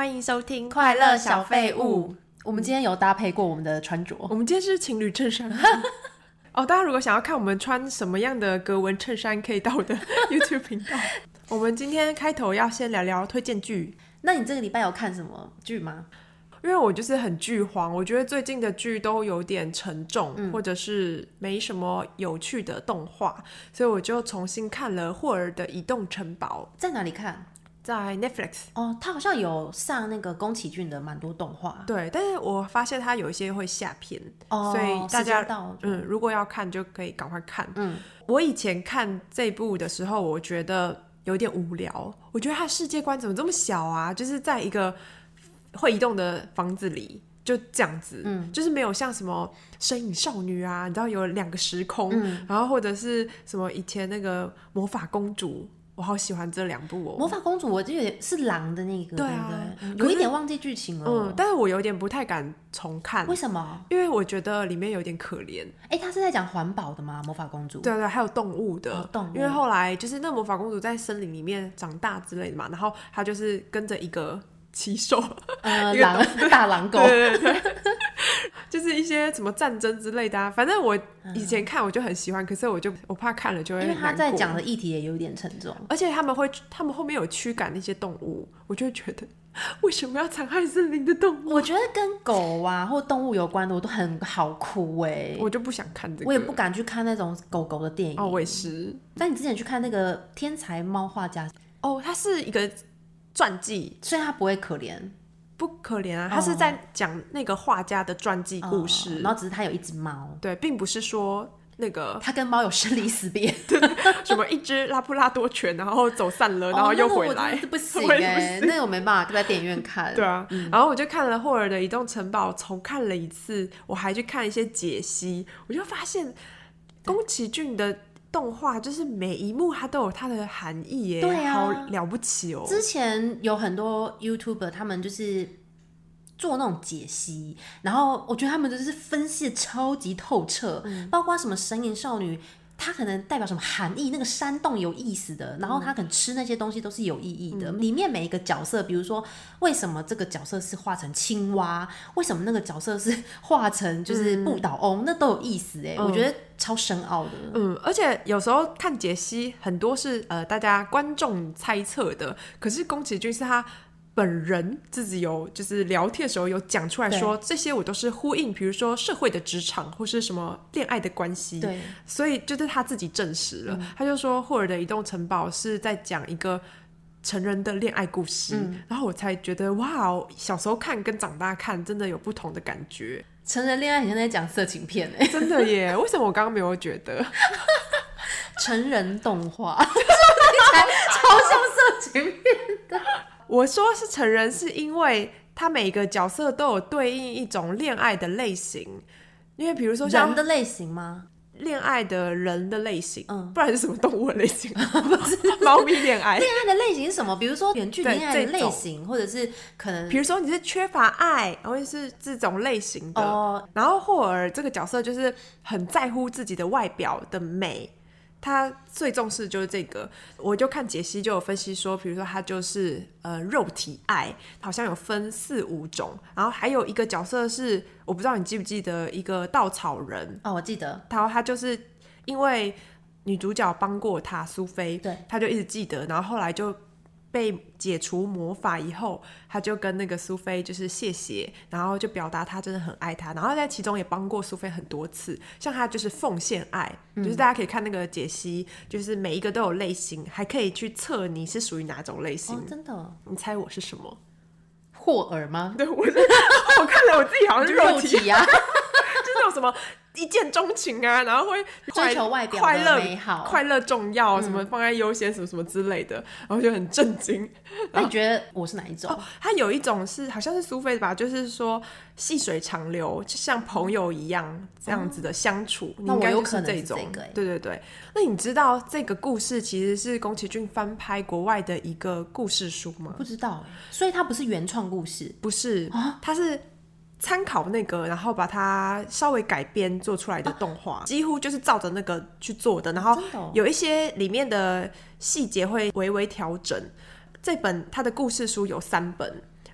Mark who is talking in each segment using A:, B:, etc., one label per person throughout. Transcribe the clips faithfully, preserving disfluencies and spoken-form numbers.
A: 欢迎收听
B: 快乐小废物。我们今天有搭配过我们的穿着，
A: 我们今天是情侣衬衫哦，大家如果想要看我们穿什么样的格纹衬衫，可以到我的 YouTube 频道。我们今天开头要先聊聊推荐剧。
B: 那你这个礼拜有看什么剧吗？
A: 因为我就是很剧荒，我觉得最近的剧都有点沉重、嗯、或者是没什么有趣的动画，所以我就重新看了霍尔的移动城堡。
B: 在哪里看？
A: 在 Netflix。
B: 哦，他好像有上那个宫崎骏的蛮多动画。
A: 对，但是我发现他有一些会下片、
B: 哦、
A: 所以大家
B: 到
A: 嗯，如果要看就可以赶快看。嗯，我以前看这部的时候我觉得有点无聊，我觉得他世界观怎么这么小啊，就是在一个会移动的房子里就这样子、嗯、就是没有像什么身影少女啊，你知道有两个时空、嗯、然后或者是什么以前那个魔法公主，我好喜欢这两部哦。
B: 魔法公主我记得是狼的那个，
A: 对啊，
B: 对不对？有一点忘记剧情了。
A: 嗯，但是我有点不太敢重看。
B: 为什么？
A: 因为我觉得里面有点可怜。
B: 哎，他是在讲环保的吗？魔法公主？
A: 对对，还有动物的、哦、
B: 动物。
A: 因为后来就是那魔法公主在森林里面长大之类的嘛，然后她就是跟着一个骑兽，
B: 呃，狼，大狼狗，
A: 对对对，就是一些什么战争之类的啊。反正我以前看我就很喜欢，嗯、可是我就我怕看了就会很难过，
B: 因为他在讲的议题也有点沉重，
A: 而且他们会，他们后面有驱赶那些动物，我就会觉得为什么要残害森林的动物？
B: 我觉得跟狗啊或动物有关的我都很好哭哎、欸，
A: 我就不想看这个，
B: 我也不敢去看那种狗狗的电影。
A: 哦，我也是。
B: 但你之前去看那个天才猫画家，
A: 哦，它是一个传记，
B: 所以他不会可怜。
A: 不可怜啊，他是在讲那个画家的传记故事、
B: 哦，然后只是他有一只猫，
A: 对，并不是说那个
B: 他跟猫有生离死别，
A: 对，什么一只拉布拉多犬，然后走散了，然后又回来，
B: 哦、那不行哎、欸，那个我没办法在电影院看。
A: 对啊、嗯，然后我就看了霍尔的移动城堡，重看了一次，我还去看一些解析，我就发现宫崎骏的动画就是每一幕它都有它的含义耶，
B: 对啊，
A: 好了不起哦。
B: 之前有很多 YouTuber 他们就是做那种解析，然后我觉得他们就是分析的超级透彻、嗯、包括什么神隐少女它可能代表什么含义，那个山洞有意思的，然后他可能吃那些东西都是有意义的、嗯、里面每一个角色，比如说为什么这个角色是画成青蛙，为什么那个角色是画成就是不倒翁、嗯、那都有意思耶、嗯、我觉得超深奥的。
A: 嗯，而且有时候看解析很多是呃大家观众猜测的，可是宫崎骏是他本人自己有就是聊天的时候有讲出来说，这些我都是呼应比如说社会的职场或是什么恋爱的关系，
B: 对，
A: 所以就是他自己证实了、嗯、他就说霍尔的移动城堡是在讲一个成人的恋爱故事、嗯、然后我才觉得哇，小时候看跟长大看真的有不同的感觉。
B: 成人恋爱很像在讲色情片耶，
A: 真的耶，为什么我刚刚没有觉得
B: 成人动画超像色情片的。
A: 我说是成人是因为他每个角色都有对应一种恋爱的类型，因为比如说像
B: 人的类型吗？
A: 恋爱的人的类型、
B: 嗯、
A: 不然是什么动物的类型不是猫咪恋爱
B: 恋爱的类型是什么？比如说远距离恋爱的类型，或者是可能
A: 比如说你是缺乏爱，或者是这种类型的、哦、然后霍尔这个角色就是很在乎自己的外表的美，他最重视就是这个。我就看解析就有分析说，比如说他就是呃肉体爱，好像有分四五种，然后还有一个角色是我不知道你记不记得一个稻草人。
B: 哦，我记得。
A: 然后他就是因为女主角帮过他苏菲，
B: 对，
A: 他就一直记得，然后后来就被解除魔法以后，他就跟那个苏菲就是谢谢，然后就表达他真的很爱她，然后在其中也帮过苏菲很多次，像他就是奉献爱、嗯、就是大家可以看那个解析，就是每一个都有类型，还可以去测你是属于哪种类型。
B: 哦，真的？
A: 你猜我是什么？
B: 霍尔吗？
A: 对，我我看了我自己好像是肉体
B: 啊
A: 就是那种什么一见钟情啊，然后会
B: 追求外表的美好，
A: 快乐重要、嗯、什么放在优先什么什么之类的，然后就很震惊。
B: 那你觉得我是哪一种？
A: 哦，他有一种是好像是苏菲的吧，就是说细水长流，就像朋友一样这样子的相处、嗯、你应该就是这种。
B: 这个欸、
A: 对对对。那你知道这个故事其实是宫崎骏翻拍国外的一个故事书吗？
B: 不知道，所以它不是原创故事？
A: 不是，它是参考那个，然后把它稍微改编做出来的动画、啊、几乎就是照着那个去做的，然后有一些里面的细节会微微调整。这本它的故事书有三本，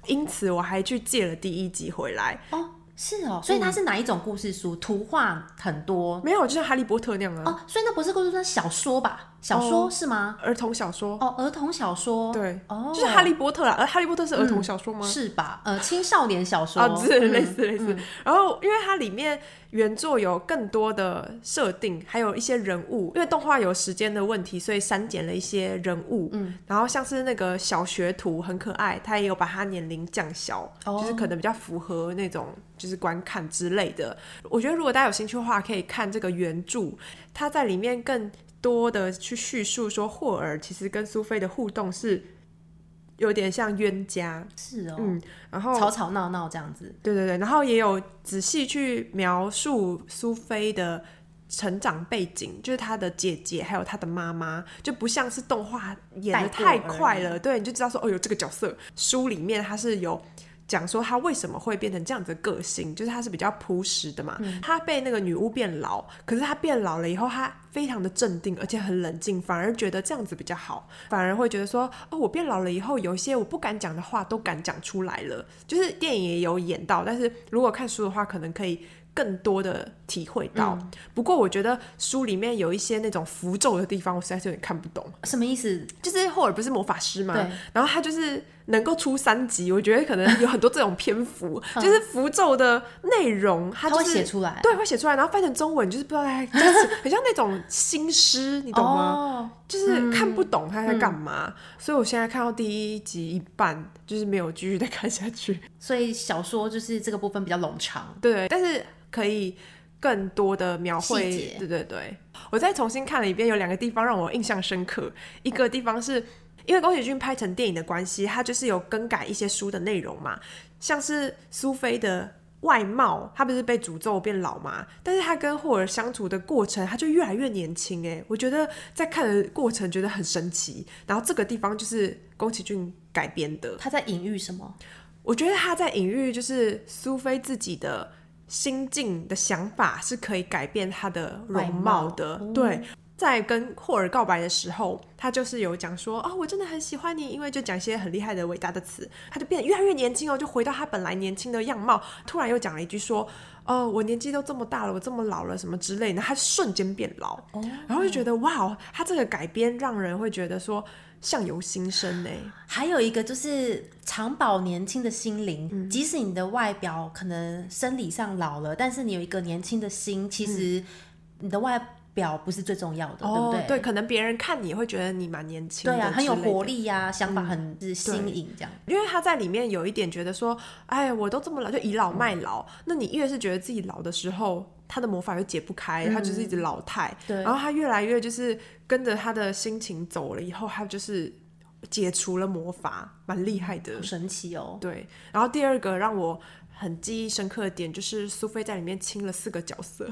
A: 因此我还去借了第一集回来。
B: 哦，是哦，所以它是哪一种故事书？嗯、图画很多？
A: 没有，就像哈利波特那样啊。
B: 哦，所以那不是故事书，小说吧？小说、哦、是吗？
A: 儿童小说。
B: 哦，儿童小说。
A: 对，
B: 哦，
A: 就是哈利波特啦。而哈利波特是儿童小说吗？
B: 嗯、是吧？呃，青少年小说。
A: 啊，是类似类似、嗯。然后，因为它里面原作有更多的设定，还有一些人物，因为动画有时间的问题，所以删减了一些人物。嗯，然后像是那个小学徒很可爱，他也有把他年龄降小、哦，就是可能比较符合那种就是观看之类的。我觉得如果大家有兴趣的话，可以看这个原著，他在里面更多的去叙述说霍尔其实跟苏菲的互动是有点像冤家，
B: 是哦，
A: 嗯，然后
B: 吵吵闹闹这样子，
A: 对对对，然后也有仔细去描述苏菲的成长背景，就是她的姐姐还有她的妈妈，就不像是动画演得太快了，对，你就知道说哦有这个角色，书里面他是有讲说他为什么会变成这样子的个性，就是他是比较朴实的嘛、嗯、他被那个女巫变老，可是他变老了以后他非常的镇定而且很冷静，反而觉得这样子比较好，反而会觉得说哦，我变老了以后有一些我不敢讲的话都敢讲出来了，就是电影也有演到，但是如果看书的话可能可以更多的体会到、嗯、不过我觉得书里面有一些那种符咒的地方我实在是有点看不懂。
B: 什么意思？
A: 就是霍尔不是魔法师嘛，然后他就是能够出三集，我觉得可能有很多这种篇幅就是符咒的内容他、就是、
B: 他会写出来，
A: 对，会写出来，然后翻成中文就是不知道他在很像那种新诗你懂吗、哦、就是看不懂他在干嘛、嗯、所以我现在看到第一集一半就是没有继续再看下去，
B: 所以小说就是这个部分比较冗长，
A: 对，但是可以更多的描绘，对对对。我再重新看了一遍，有两个地方让我印象深刻。一个地方是因为宫崎骏拍成电影的关系，他就是有更改一些书的内容嘛，像是苏菲的外貌，他不是被诅咒变老嘛，但是他跟霍尔相处的过程他就越来越年轻耶，我觉得在看的过程觉得很神奇，然后这个地方就是宫崎骏改编的。
B: 他在隐喻什么？
A: 我觉得他在隐喻就是苏菲自己的心境的想法是可以改变他的容貌的，貌对、嗯，在跟霍尔告白的时候他就是有讲说哦，我真的很喜欢你，因为就讲一些很厉害的伟大的词，他就变得越来越年轻哦，就回到他本来年轻的样貌，突然又讲了一句说哦，我年纪都这么大了，我这么老了什么之类的，他瞬间变老、哦、然后就觉得哇，他这个改编让人会觉得说相由心生耶。
B: 还有一个就是常保年轻的心灵、嗯、即使你的外表可能生理上老了，但是你有一个年轻的心，其实你的外表不是最重要的、哦、对不对？
A: 对，可能别人看你会觉得你蛮年轻的，
B: 对啊，很有活力啊，想法很新颖这样、
A: 嗯、因为他在里面有一点觉得说哎，我都这么老就倚老卖老、嗯、那你越是觉得自己老的时候他的魔法又解不开、嗯、他就是一直老态，对，然后他越来越就是跟着他的心情走了以后，他就是解除了魔法，蛮厉害的，
B: 好神奇哦。
A: 对，然后第二个让我很记忆深刻的点就是苏菲在里面亲了四个角色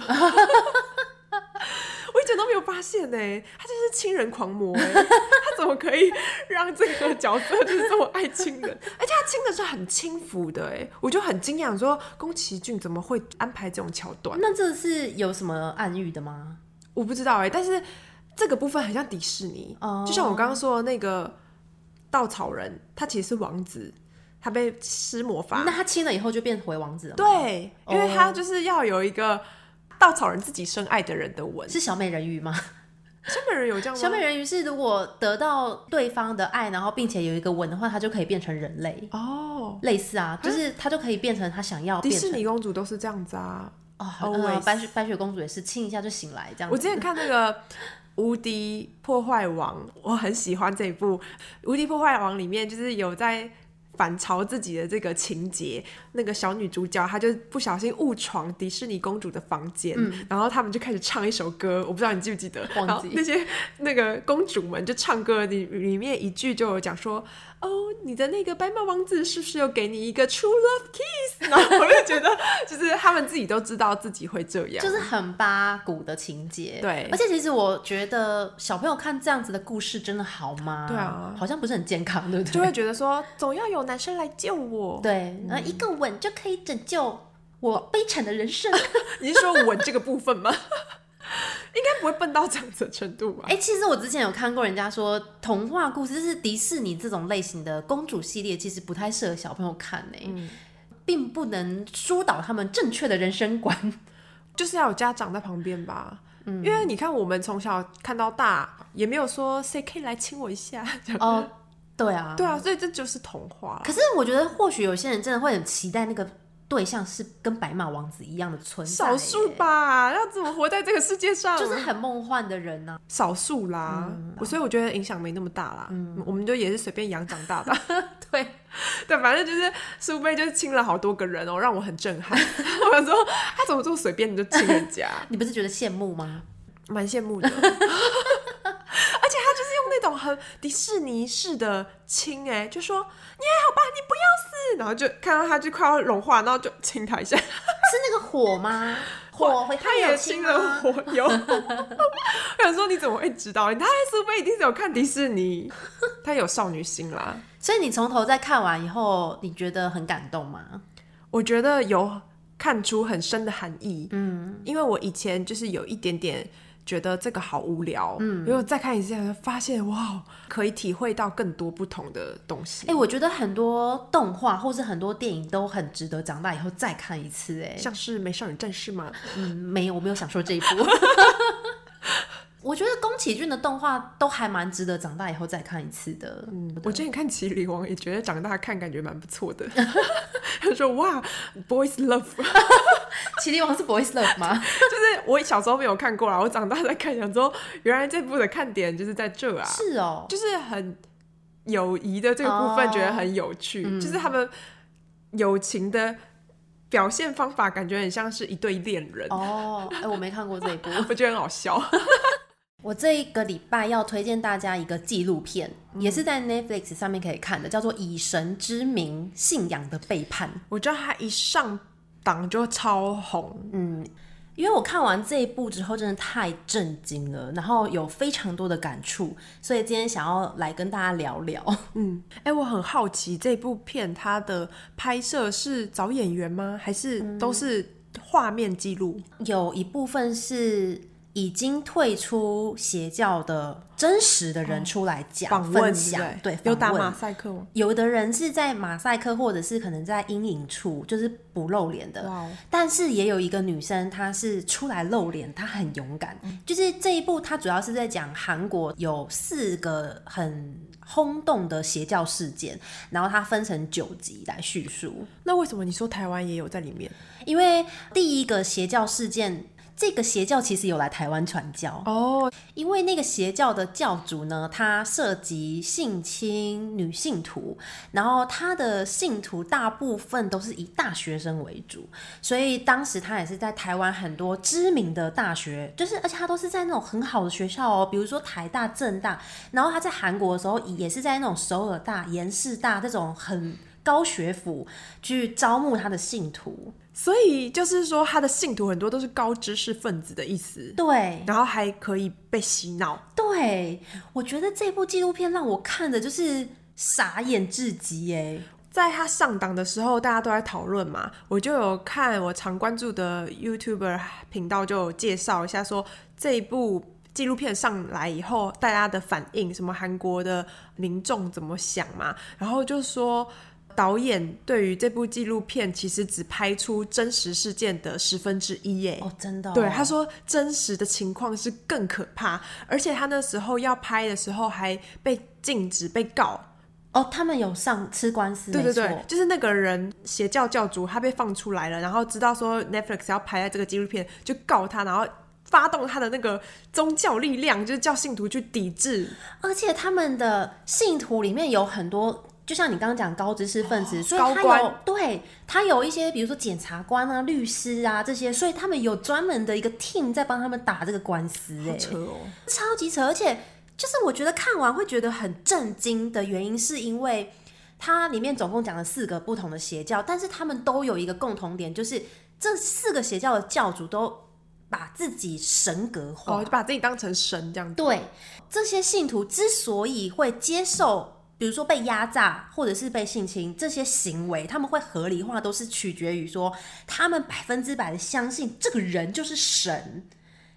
A: 我一直都没有发现耶，他就是亲人狂魔耶他怎么可以让这个角色就是这么爱亲人而且他亲的是很轻浮的耶，我就很惊讶说宫崎骏怎么会安排这种桥段。
B: 那这是有什么暗喻的吗？
A: 我不知道耶，但是这个部分很像迪士尼、oh. 就像我刚刚说的那个稻草人，他其实是王子，他被施魔法，
B: 那他亲了以后就变回王子了吗？
A: 对，因为他就是要有一个稻草人自己深爱的人的吻。
B: 是小美人鱼吗？
A: 小美人鱼有这样吗？
B: 小美人鱼是如果得到对方的爱，然后并且有一个吻的话，他就可以变成人类哦，类似啊，就是他就可以变成他想要变成。
A: 迪士尼公主都是这样子啊，
B: 哦，呃、白, 雪白雪公主也是亲一下就醒来这样子。
A: 我之前看那个无敌破坏王，我很喜欢这一部无敌破坏王，里面就是有在反嘲自己的这个情节，那个小女主角她就不小心误闯迪士尼公主的房间、嗯、然后他们就开始唱一首歌，我不知道你记不记得，
B: 忘记。然后
A: 那些那个公主们就唱歌，里里面一句就有讲说哦，你的那个白马王子是不是有给你一个 true love kiss 然后我就觉得就是他们自己都知道自己会这样，
B: 就是很八股的情节。
A: 对，
B: 而且其实我觉得小朋友看这样子的故事真的好吗？
A: 对啊，
B: 好像不是很健康，对不对？
A: 就会觉得说总要有男生来救我，
B: 对、嗯、一个吻就可以拯救我悲惨的人生
A: 你是说吻这个部分吗？ 应该不会笨到这样子的程度吧？
B: 哎、欸，其实我之前有看过人家说，童话故事就是迪士尼这种类型的公主系列，其实不太适合小朋友看呢、欸嗯，并不能疏导他们正确的人生观，
A: 就是要有家长在旁边吧。嗯，因为你看，我们从小看到大，也没有说谁可以来亲我一下。
B: 哦，对啊，
A: 对啊，所以这就是童话。
B: 可是我觉得，或许有些人真的会很期待那个对象是跟白马王子一样的存在、欸，
A: 少数吧？要怎么活在这个世界上？
B: 就是很梦幻的人啊，
A: 少数啦、嗯。所以我觉得影响没那么大啦。嗯，我们就也是随便养长大的。
B: 对
A: 对，反正就是苏菲就是亲了好多个人哦，让我很震撼。我想说，他怎么这么随便就亲人家？
B: 你不是觉得羡慕吗？
A: 蛮羡慕的。而且他就是用那种很迪士尼式的亲，哎，就说你还好吧，你不要死，然后就看到他就快要融化，然后就亲他一下。
B: 是那个火吗？火，
A: 他也亲了火油。我想说你怎么会知道？他苏菲一定是有看迪士尼，他有少女心啦。
B: 所以你从头再看完以后，你觉得很感动吗？
A: 我觉得有看出很深的含义。嗯，因为我以前就是有一点点觉得这个好无聊，嗯，因为再看一次发现哇，可以体会到更多不同的东西。
B: 哎、欸，我觉得很多动画或是很多电影都很值得长大以后再看一次。哎，
A: 像是美少女战士吗？
B: 嗯，没有，我没有想说这一部。我觉得宫崎骏的动画都还蛮值得长大以后再看一次的。
A: 嗯，我之前看《麒麟王》也觉得长大看感觉蛮不错的。他说哇 ，boys love。
B: 麒麟王是 boys love 吗？
A: 就是我小时候没有看过啦，我长大再看，想说原来这部的看点就是在这啊。
B: 是哦，
A: 就是很友谊的这个部分觉得很有趣，哦嗯、就是他们友情的表现方法感觉很像是一对恋人。
B: 哦，哎、欸，我没看过这一部，
A: 我觉得很好笑。
B: 我这一个礼拜要推荐大家一个纪录片、嗯、也是在 Netflix 上面可以看的，叫做《以神之名：信仰的背叛》。
A: 我觉得它一上档就超红。
B: 嗯，因为我看完这一部之后真的太震惊了，然后有非常多的感触，所以今天想要来跟大家聊聊。
A: 嗯，哎、欸，我很好奇这部片它的拍摄是找演员吗？还是都是画面记录、
B: 嗯？有一部分是已经退出邪教的真实的人出来讲、哦、分享，对，
A: 有打马赛克吗？
B: 有的人是在马赛克，或者是可能在阴影处，就是不露脸的。
A: Wow.
B: 但是也有一个女生，她是出来露脸，她很勇敢。嗯、就是这一部，她主要是在讲韩国有四个很轰动的邪教事件，然后它分成九集来叙述。
A: 那为什么你说台湾也有在里面？
B: 因为第一个邪教事件。这个邪教其实有来台湾传教
A: 哦，
B: 因为那个邪教的教主呢，他涉及性侵女信徒，然后他的信徒大部分都是以大学生为主，所以当时他也是在台湾很多知名的大学，就是而且他都是在那种很好的学校哦，比如说台大、政大，然后他在韩国的时候也是在那种首尔大、延世大这种很高学府去招募他的信徒。
A: 所以就是说他的信徒很多都是高知识分子的意思，
B: 对，
A: 然后还可以被洗脑。
B: 对，我觉得这部纪录片让我看的就是傻眼至极耶。
A: 在他上档的时候大家都在讨论嘛，我就有看我常关注的 YouTuber 频道就有介绍一下说这一部纪录片上来以后大家的反应，什么韩国的民众怎么想嘛，然后就说导演对于这部纪录片其实只拍出真实事件的十分之一耶。
B: 哦，真的、哦？
A: 对，他说真实的情况是更可怕，而且他那时候要拍的时候还被禁止被告。
B: 哦，他们有上吃官司？
A: 对对对，就是那个人邪教教主他被放出来了，然后知道说 Netflix 要拍这个纪录片就告他，然后发动他的那个宗教力量，就是叫信徒去抵制。
B: 而且他们的信徒里面有很多就像你刚刚讲高知识分子、哦、所以他有
A: 高官，
B: 对，他有一些比如说检察官啊、律师啊这些，所以他们有专门的一个 team 在帮他们打这个官司。哎，
A: 好扯哦，
B: 超级扯。而且就是我觉得看完会觉得很震惊的原因是因为它里面总共讲了四个不同的邪教，但是他们都有一个共同点，就是这四个邪教的教主都把自己神格化，
A: 哦，就把自己当成神这样子。
B: 对，这些信徒之所以会接受比如说被压榨或者是被性侵这些行为，他们会合理化，都是取决于说他们百分之百的相信这个人就是神。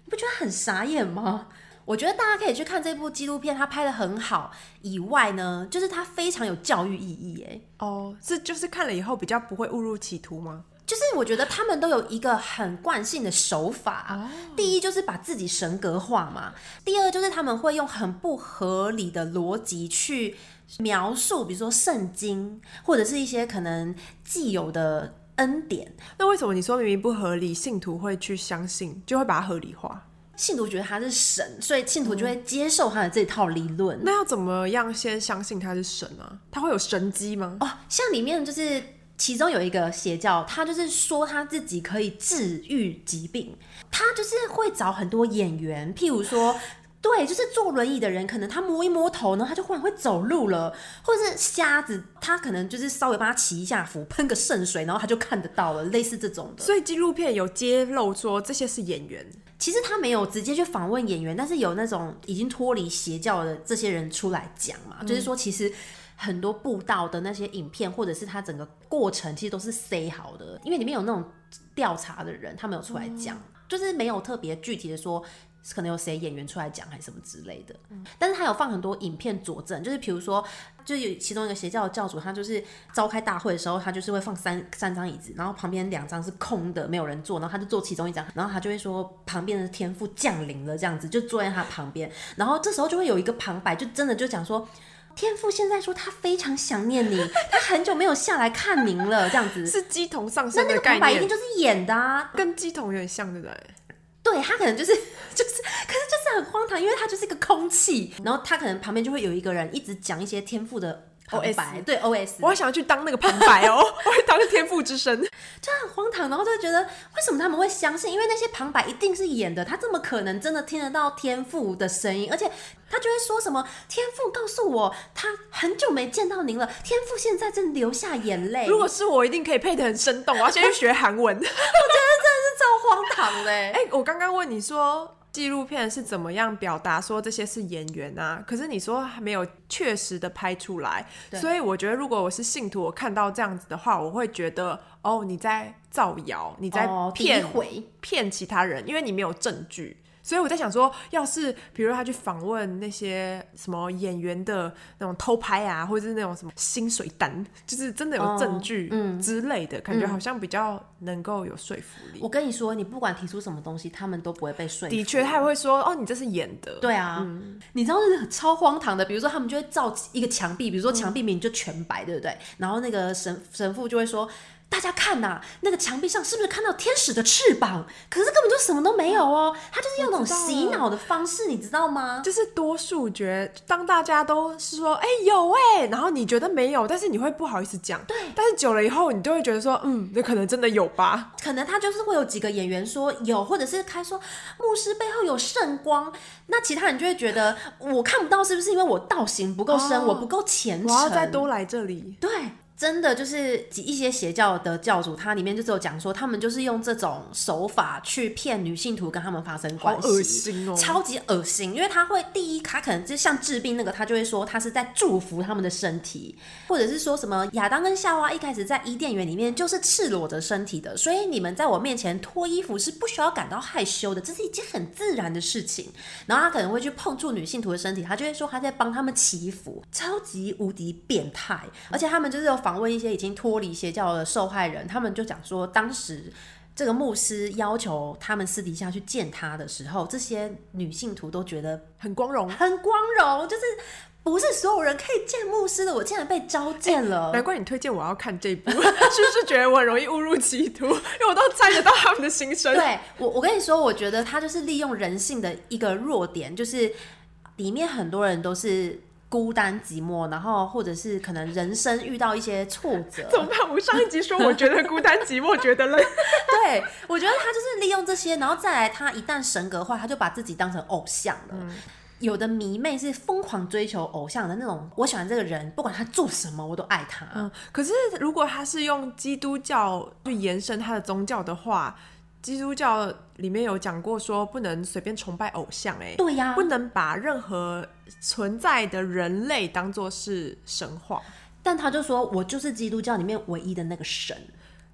B: 你不觉得很傻眼吗？我觉得大家可以去看这部纪录片，它拍得很好以外呢，就是它非常有教育意义哎。
A: 哦，是就是看了以后比较不会误入歧途吗？
B: 就是我觉得他们都有一个很惯性的手法、哦、第一就是把自己神格化嘛，第二就是他们会用很不合理的逻辑去描述比如说圣经或者是一些可能既有的恩典。
A: 那为什么你说明明不合理，信徒会去相信，就会把它合理化？
B: 信徒觉得他是神，所以信徒就会接受他的这套理论、嗯、
A: 那要怎么样先相信他是神啊？他会有神迹吗？
B: 哦，像里面就是其中有一个邪教，他就是说他自己可以治愈疾病，他就是会找很多演员，譬如说对，就是坐轮椅的人，可能他摸一摸头呢，他就忽然会走路了，或者是瞎子，他可能就是稍微帮他祈一下福，喷个圣水，然后他就看得到了，类似这种的。
A: 所以纪录片有揭露说这些是演员，
B: 其实他没有直接去访问演员，但是有那种已经脱离邪教的这些人出来讲嘛、嗯，就是说其实很多布道的那些影片，或者是他整个过程，其实都是塞好的，因为里面有那种调查的人，他们有出来讲、嗯，就是没有特别具体的说。可能有谁演员出来讲还是什么之类的、嗯、但是他有放很多影片佐证，就是比如说就有其中一个邪教的教主，他就是召开大会的时候，他就是会放三三张椅子，然后旁边两张是空的没有人坐，然后他就坐其中一张，然后他就会说旁边的天父降临了这样子，就坐在他旁边，然后这时候就会有一个旁白，就真的就讲说天父现在说他非常想念你，他很久没有下来看您了这样子。
A: 是乩童上身的概念。
B: 那那个旁白一定就是演的啊，
A: 跟乩童有点像对不对？
B: 对，他可能就是就是，可是就是很荒唐，因为他就是一个空气，然后他可能旁边就会有一个人一直讲一些天赋的旁白 O S， 对 O S，
A: 我好想要去当那个旁白哦，我会当天赋之声，
B: 就很荒唐，然后就会觉得为什么他们会相信？因为那些旁白一定是演的，他怎么可能真的听得到天赋的声音？而且他就会说什么天赋告诉我他很久没见到您了，天赋现在正流下眼泪。
A: 如果是我，一定可以配得很生动，我要先去学韩文。我觉得真
B: 的是超荒唐的。哎、
A: 欸，我刚刚问你说纪录片是怎么样表达说这些是演员啊，可是你说还没有确实的拍出来，所以我觉得如果我是信徒，我看到这样子的话，我会觉得哦你在造谣，你在骗骗、哦、其他人，因为你没有证据。所以我在想说，要是比如他去访问那些什么演员的那种偷拍啊，或者是那种什么薪水单，就是真的有证据之类的、哦嗯、感觉好像比较能够有说服力、嗯、
B: 我跟你说，你不管提出什么东西他们都不会被说服。
A: 的确他也会说哦你这是演的。
B: 对啊、嗯、你知道是超荒唐的，比如说他们就会照一个墙壁，比如说墙壁明明就全白、嗯、对不对，然后那个神神父就会说大家看啊，那个墙壁上是不是看到天使的翅膀？可是根本就什么都没有哦。他就是用那种洗脑的方式，你知道吗？
A: 就是多数决，当大家都是说哎、欸、有哎、欸，然后你觉得没有，但是你会不好意思讲。
B: 对。
A: 但是久了以后，你就会觉得说，嗯，那可能真的有吧。
B: 可能他就是会有几个演员说有，或者是开说牧师背后有圣光，那其他人就会觉得我看不到，是不是因为我道行不够深、哦，我不够虔诚？
A: 我要再多来这里。
B: 对。真的就是一些邪教的教主，他里面就只有讲说，他们就是用这种手法去骗女信徒跟他们发生关系，
A: 好恶心哦，
B: 超级恶心。因为他会第一，他可能就像治病那个，他就会说他是在祝福他们的身体，或者是说什么亚当跟夏娃一开始在伊甸园里面就是赤裸着身体的，所以你们在我面前脱衣服是不需要感到害羞的，这是一件很自然的事情。然后他可能会去碰触女信徒的身体，他就会说他在帮他们祈福，超级无敌变态。而且他们就是有访问一些已经脱离邪教的受害人，他们就讲说当时这个牧师要求他们私底下去见他的时候，这些女信徒都觉得
A: 很光荣
B: 很光荣，就是不是所有人可以见牧师的，我竟然被召见了、
A: 欸、难怪你推荐我要看这部是不是觉得我很容易误入歧途，因为我都猜得到他们的心声。
B: 对，我我跟你说，我觉得他就是利用人性的一个弱点，就是里面很多人都是孤单寂寞，然后或者是可能人生遇到一些挫折。
A: 怎么办？我上一集说我觉得孤单寂寞觉得累
B: 对，我觉得他就是利用这些，然后再来他一旦神格化，他就把自己当成偶像了、嗯、有的迷妹是疯狂追求偶像的那种，我喜欢这个人不管他做什么我都爱他、
A: 嗯、可是如果他是用基督教去延伸他的宗教的话，基督教里面有讲过说不能随便崇拜偶像、欸、
B: 对呀、啊，
A: 不能把任何存在的人类当作是神话。
B: 但他就说我就是基督教里面唯一的那个神，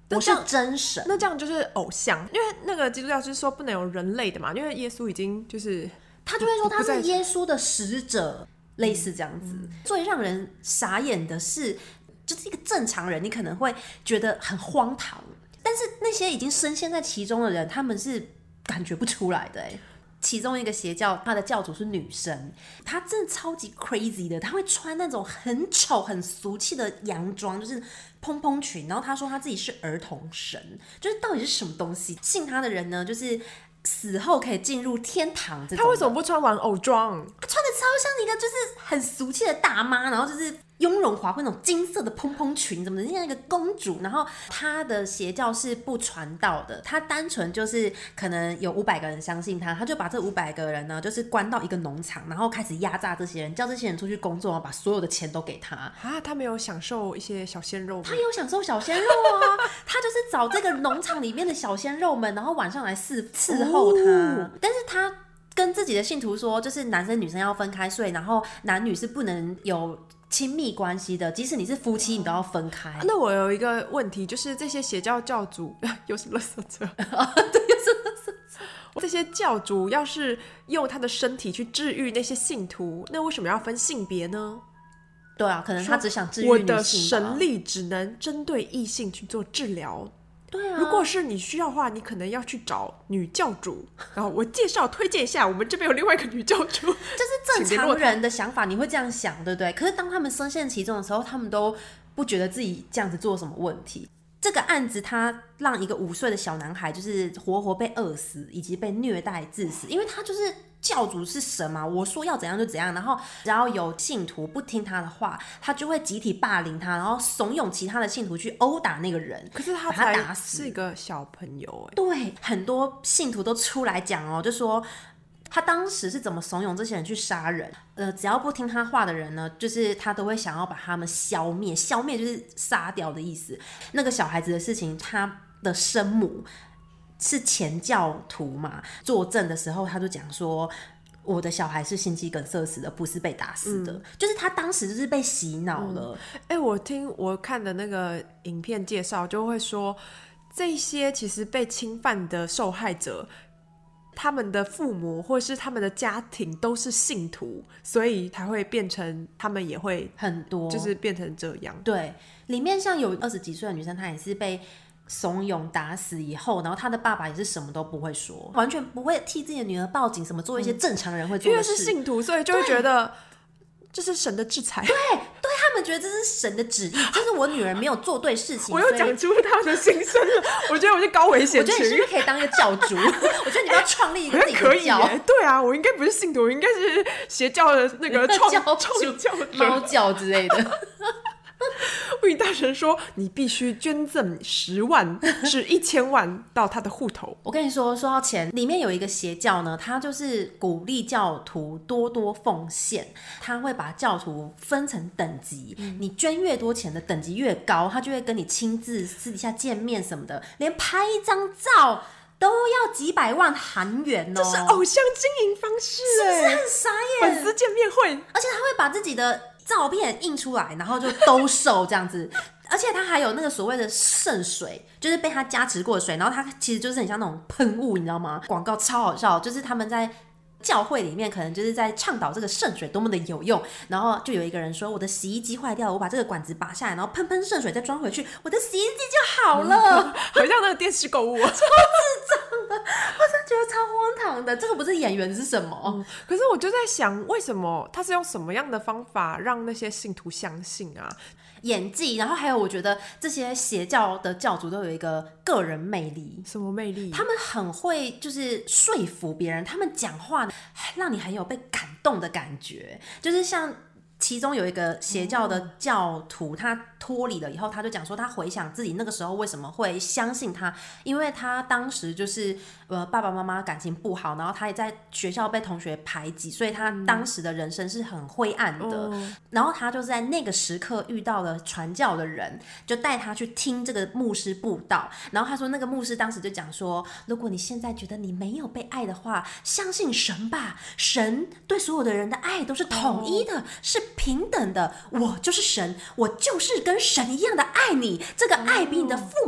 B: 我是真神。
A: 那这样就是偶像，因为那个基督教是说不能有人类的嘛，因为耶稣已经就是
B: 他就会说他是耶稣的使者，类似这样子。嗯、最让人傻眼的是，就是一个正常人，你可能会觉得很荒唐，但是那些已经深陷在其中的人，他们是感觉不出来的、欸。其中一个邪教，他的教主是女生，她真的超级 crazy 的，她会穿那种很丑、很俗气的洋装，就是蓬蓬裙。然后她说她自己是儿童神，就是到底是什么东西？信她的人呢，就是死后可以进入天堂这种。
A: 她为什么不穿玩偶装？
B: 她穿的超像一个就是很俗气的大妈，然后就是雍容华贵那种金色的蓬蓬裙，怎么的像一个公主。然后她的邪教是不传道的，她单纯就是可能有五百个人相信她，她就把这五百个人呢，就是关到一个农场，然后开始压榨这些人，叫这些人出去工作，然后把所有的钱都给她。
A: 啊，她没有享受一些小鲜肉吗？
B: 她有享受小鲜肉啊，她就是找这个农场里面的小鲜肉们，然后晚上来伺伺候她、哦。但是她跟自己的信徒说，就是男生女生要分开睡，然后男女是不能有亲密关系的，即使你是夫妻，你都要分开。
A: 啊、那我有一个问题，就是这些邪教教主又是垃圾车，
B: 对，又是垃圾车。
A: 这些教主要是用他的身体去治愈那些信徒，那为什么要分性别呢？
B: 对啊，可能他只想治愈女性吧。
A: 我的神力只能针对异性去做治疗。
B: 对啊，
A: 如果是你需要的话，你可能要去找女教主。然后我介绍推荐一下，我们这边有另外一个女教主。
B: 就是正常人的想法，你会这样想，对不对？可是当他们深陷其中的时候，他们都不觉得自己这样子做有什么问题。这个案子他让一个五岁的小男孩就是活活被饿死，以及被虐待致死，因为他就是教主是神嘛，我说要怎样就怎样，然后只要有信徒不听他的话，他就会集体霸凌他，然后怂恿其他的信徒去殴打那个人。
A: 可是他
B: 把他打死，
A: 是一个小朋友。
B: 对，很多信徒都出来讲哦，就说他当时是怎么怂恿这些人去杀人。呃，只要不听他话的人呢，就是他都会想要把他们消灭，消灭就是杀掉的意思。那个小孩子的事情，他的生母是前教徒嘛，作证的时候他就讲说，我的小孩是心肌梗塞死的，不是被打死的、嗯、就是他当时就是被洗脑了。
A: 哎、嗯欸，我听我看的那个影片介绍就会说，这些其实被侵犯的受害者，他们的父母或是他们的家庭都是信徒，所以才会变成他们也会
B: 很多，
A: 就是变成这样。
B: 对，里面像有二十几岁的女生，她也是被怂恿打死以后，然后她的爸爸也是什么都不会说，完全不会替自己的女儿报警，什么做一些正常人会做的事。
A: 因为是信徒，所以就会觉得这是神的制裁。
B: 对，对他们觉得这是神的旨意，就是我女儿没有做对事情。
A: 我又讲出他们的心声了，我觉得我是高危险群。
B: 我觉得你是不是可以当一个教主？我觉得你要创立一个自己的教。
A: 可以耶，对啊，我应该不是信徒，我应该是邪教的那个创
B: 教
A: 主、教者、
B: 猫教之类的。
A: 物理大神说，你必须捐赠十万至一千万到他的户头。
B: 我跟你说，说到钱，里面有一个邪教呢，他就是鼓励教徒多多奉献，他会把教徒分成等级、嗯、你捐越多钱的等级越高，他就会跟你亲自私底下见面什么的，连拍一张照都要几百万韩元哦！
A: 这是偶像经营方式，
B: 是不是很傻眼？
A: 粉丝见面会，
B: 而且他会把自己的照片印出来，然后就兜售这样子。而且他还有那个所谓的圣水，就是被他加持过的水，然后它其实就是很像那种喷雾，你知道吗？广告超好笑，就是他们在教会里面可能就是在倡导这个圣水多么的有用，然后就有一个人说，我的洗衣机坏掉了，我把这个管子拔下来，然后喷喷圣水再装回去，我的洗衣机就好了。
A: 好像那个电视购物、啊、
B: 超智障的，我真的觉得超荒唐的。这个不是演员是什么、嗯、
A: 可是我就在想，为什么他是用什么样的方法让那些信徒相信啊？
B: 演技，然后还有我觉得这些邪教的教主都有一个个人魅力。
A: 什么魅力？
B: 他们很会就是说服别人，他们讲话让你很有被感动的感觉，就是像其中有一个邪教的教徒，他脱离了以后，他就讲说他回想自己那个时候为什么会相信他，因为他当时就是呃爸爸妈妈感情不好，然后他也在学校被同学排挤，所以他当时的人生是很灰暗的、嗯、然后他就在那个时刻遇到了传教的人，就带他去听这个牧师布道，然后他说那个牧师当时就讲说，如果你现在觉得你没有被爱的话，相信神吧，神对所有的人的爱都是统一的、哦、是平等的，我就是神，我就是跟神一样的爱你，这个爱比你的父母更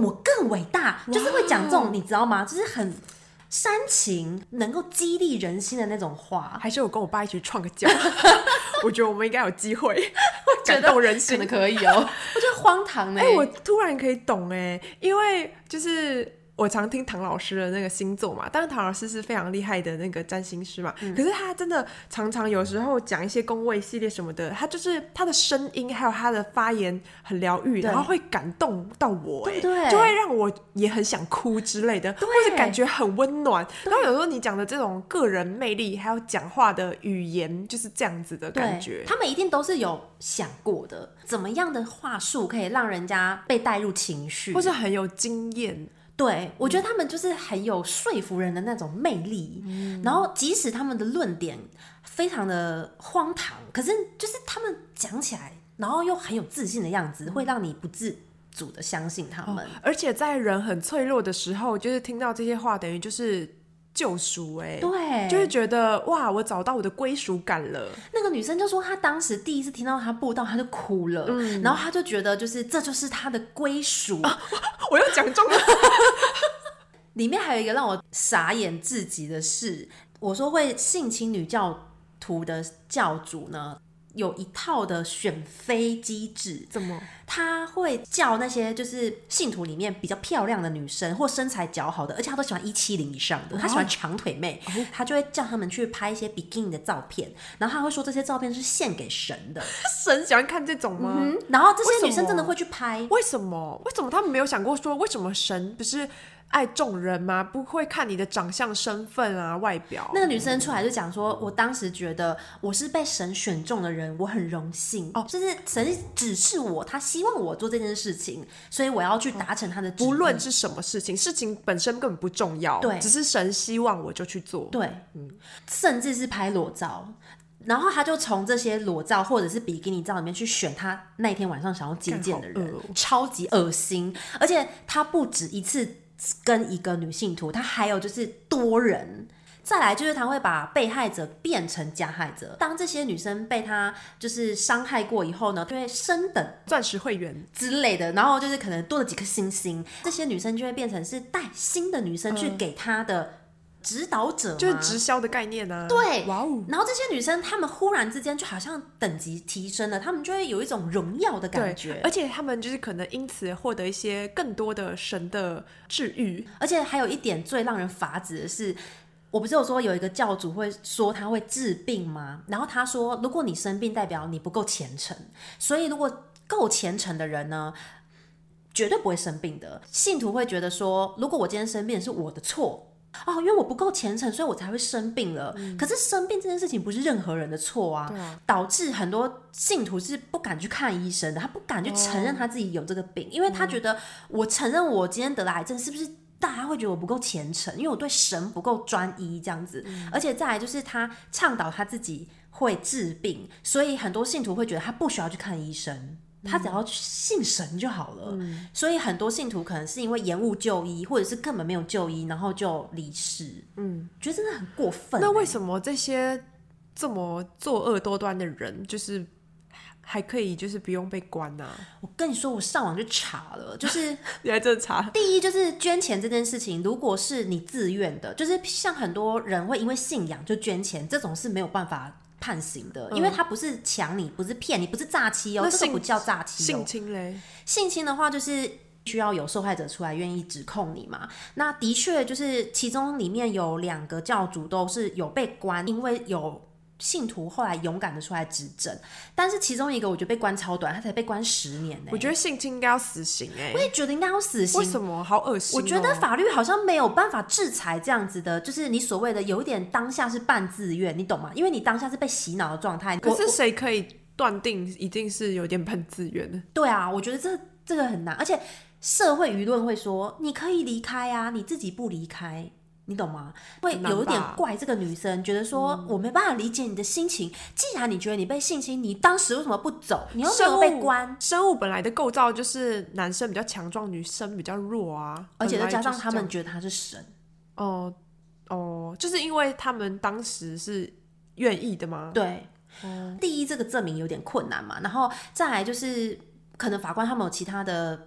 B: 很伟大，就是会讲这种你知道吗？就是很煽情，能够激励人心的那种话。
A: 还是我跟我爸一起创个教，我觉得我们应该有机会感动人心，
B: 可能可以哦。我觉得荒唐呢、
A: 欸。哎、欸，我突然可以懂哎，因为就是我常听唐老师的那个星座嘛，当然唐老师是非常厉害的那个占星师嘛、嗯，可是他真的常常有时候讲一些宫位系列什么的，他就是他的声音还有他的发言很疗愈，然后会感动到我，哎，就会让我也很想哭之类的，或者感觉很温暖。然后有时候你讲的这种个人魅力，还有讲话的语言，就是这样子的感觉。
B: 他们一定都是有想过的，怎么样的话术可以让人家被带入情绪，
A: 或是很有经验。
B: 对，我觉得他们就是很有说服人的那种魅力、嗯、然后即使他们的论点非常的荒唐，可是就是他们讲起来然后又很有自信的样子，会让你不自主的相信他们、哦、
A: 而且在人很脆弱的时候，就是听到这些话等于就是救赎，哎，
B: 对，
A: 就会觉得哇，我找到我的归属感了。
B: 那个女生就说，她当时第一次听到她布道，她就哭了、嗯，然后她就觉得就是这就是她的归属。啊、
A: 我又讲中了。
B: 里面还有一个让我傻眼至极的事，我说会性侵女教徒的教主呢，有一套的选妃机制。
A: 怎么？
B: 他会叫那些就是信徒里面比较漂亮的女生或身材较好的，而且他都喜欢一七零以上的、哦、他喜欢长腿妹、哦、他就会叫他们去拍一些比基尼的照片，然后他会说这些照片是献给神的。
A: 神喜欢看这种吗、
B: 嗯、然后这些女生真的会去拍。
A: 为什么为什么他们没有想过说，为什么神不是爱众人吗？不会看你的长相、身份啊、外表。
B: 那个女生出来就讲说，我当时觉得我是被神选中的人，我很荣幸哦，就是神指示我，他希望我做这件事情，所以我要去达成他的旨意。
A: 不论是什么事情，事情本身根本不重要，
B: 对，
A: 只是神希望我就去做。
B: 对，嗯，甚至是拍裸照。然后他就从这些裸照或者是比基尼照里面去选他那天晚上想要接见的人，超级恶心。而且他不止一次跟一个女信徒，他还有就是多人。再来就是他会把被害者变成加害者，当这些女生被他就是伤害过以后呢，就会升等
A: 钻石会员
B: 之类的，然后就是可能多了几颗星星，这些女生就会变成是带新的女生去给他的指导者、嗯、
A: 就是直销的概念啊。
B: 对，
A: 哇哦！
B: 然后这些女生她们忽然之间就好像等级提升了，她们就会有一种荣耀的感觉，
A: 而且她们就是可能因此获得一些更多的神的治愈。
B: 而且还有一点最让人发指的是，我不是有说有一个教主会说他会治病吗？然后他说，如果你生病代表你不够虔诚，所以如果够虔诚的人呢，绝对不会生病的。信徒会觉得说，如果我今天生病是我的错哦，因为我不够虔诚，所以我才会生病了、嗯、可是生病这件事情不是任何人的错 啊, 啊导致很多信徒是不敢去看医生的，他不敢去承认他自己有这个病、哦、因为他觉得我承认我今天得了癌症是不是大家会觉得我不够虔诚，因为我对神不够专一这样子、嗯、而且再来就是他倡导他自己会治病，所以很多信徒会觉得他不需要去看医生，他只要信神就好了、嗯、所以很多信徒可能是因为延误就医，或者是根本没有就医，然后就离世。嗯，觉得真的很过分、欸、
A: 那为什么这些这么作恶多端的人就是还可以就是不用被关啊？
B: 我跟你说，我上网去查了，就是
A: 你还真查。
B: 第一就是捐钱这件事情，如果是你自愿的，就是像很多人会因为信仰就捐钱，这种是没有办法判刑的、嗯、因为他不是抢你，不是骗你，不是诈欺哦，这个不叫诈欺哦。
A: 性侵嘞？
B: 性侵的话就是需要有受害者出来愿意指控你嘛。那的确就是其中里面有两个教主都是有被关，因为有信徒后来勇敢的出来指证，但是其中一个我觉得被关超短，他才被关十年、欸、
A: 我觉得性侵应该要死刑哎、欸，
B: 我也觉得应该要死刑。
A: 为什么？好恶心、哦！
B: 我觉得法律好像没有办法制裁这样子的，就是你所谓的有一点当下是半自愿，你懂吗？因为你当下是被洗脑的状态。
A: 可是谁可以断定一定是有点半自愿的？
B: 对啊，我觉得这这个很难，而且社会舆论会说你可以离开啊，你自己不离开。你懂吗？会有一点怪这个女生，觉得说、嗯、我没办法理解你的心情。既然你觉得你被性侵，你当时为什么不走？你又没有被关。
A: 生物本来的构造就是男生比较强壮，女生比较弱啊。
B: 而且再加上他们觉得他是神。
A: 哦哦，就是因为他们当时是愿意的吗？
B: 对。哦、第一，这个证明有点困难嘛，然后再来就是可能法官他们有其他的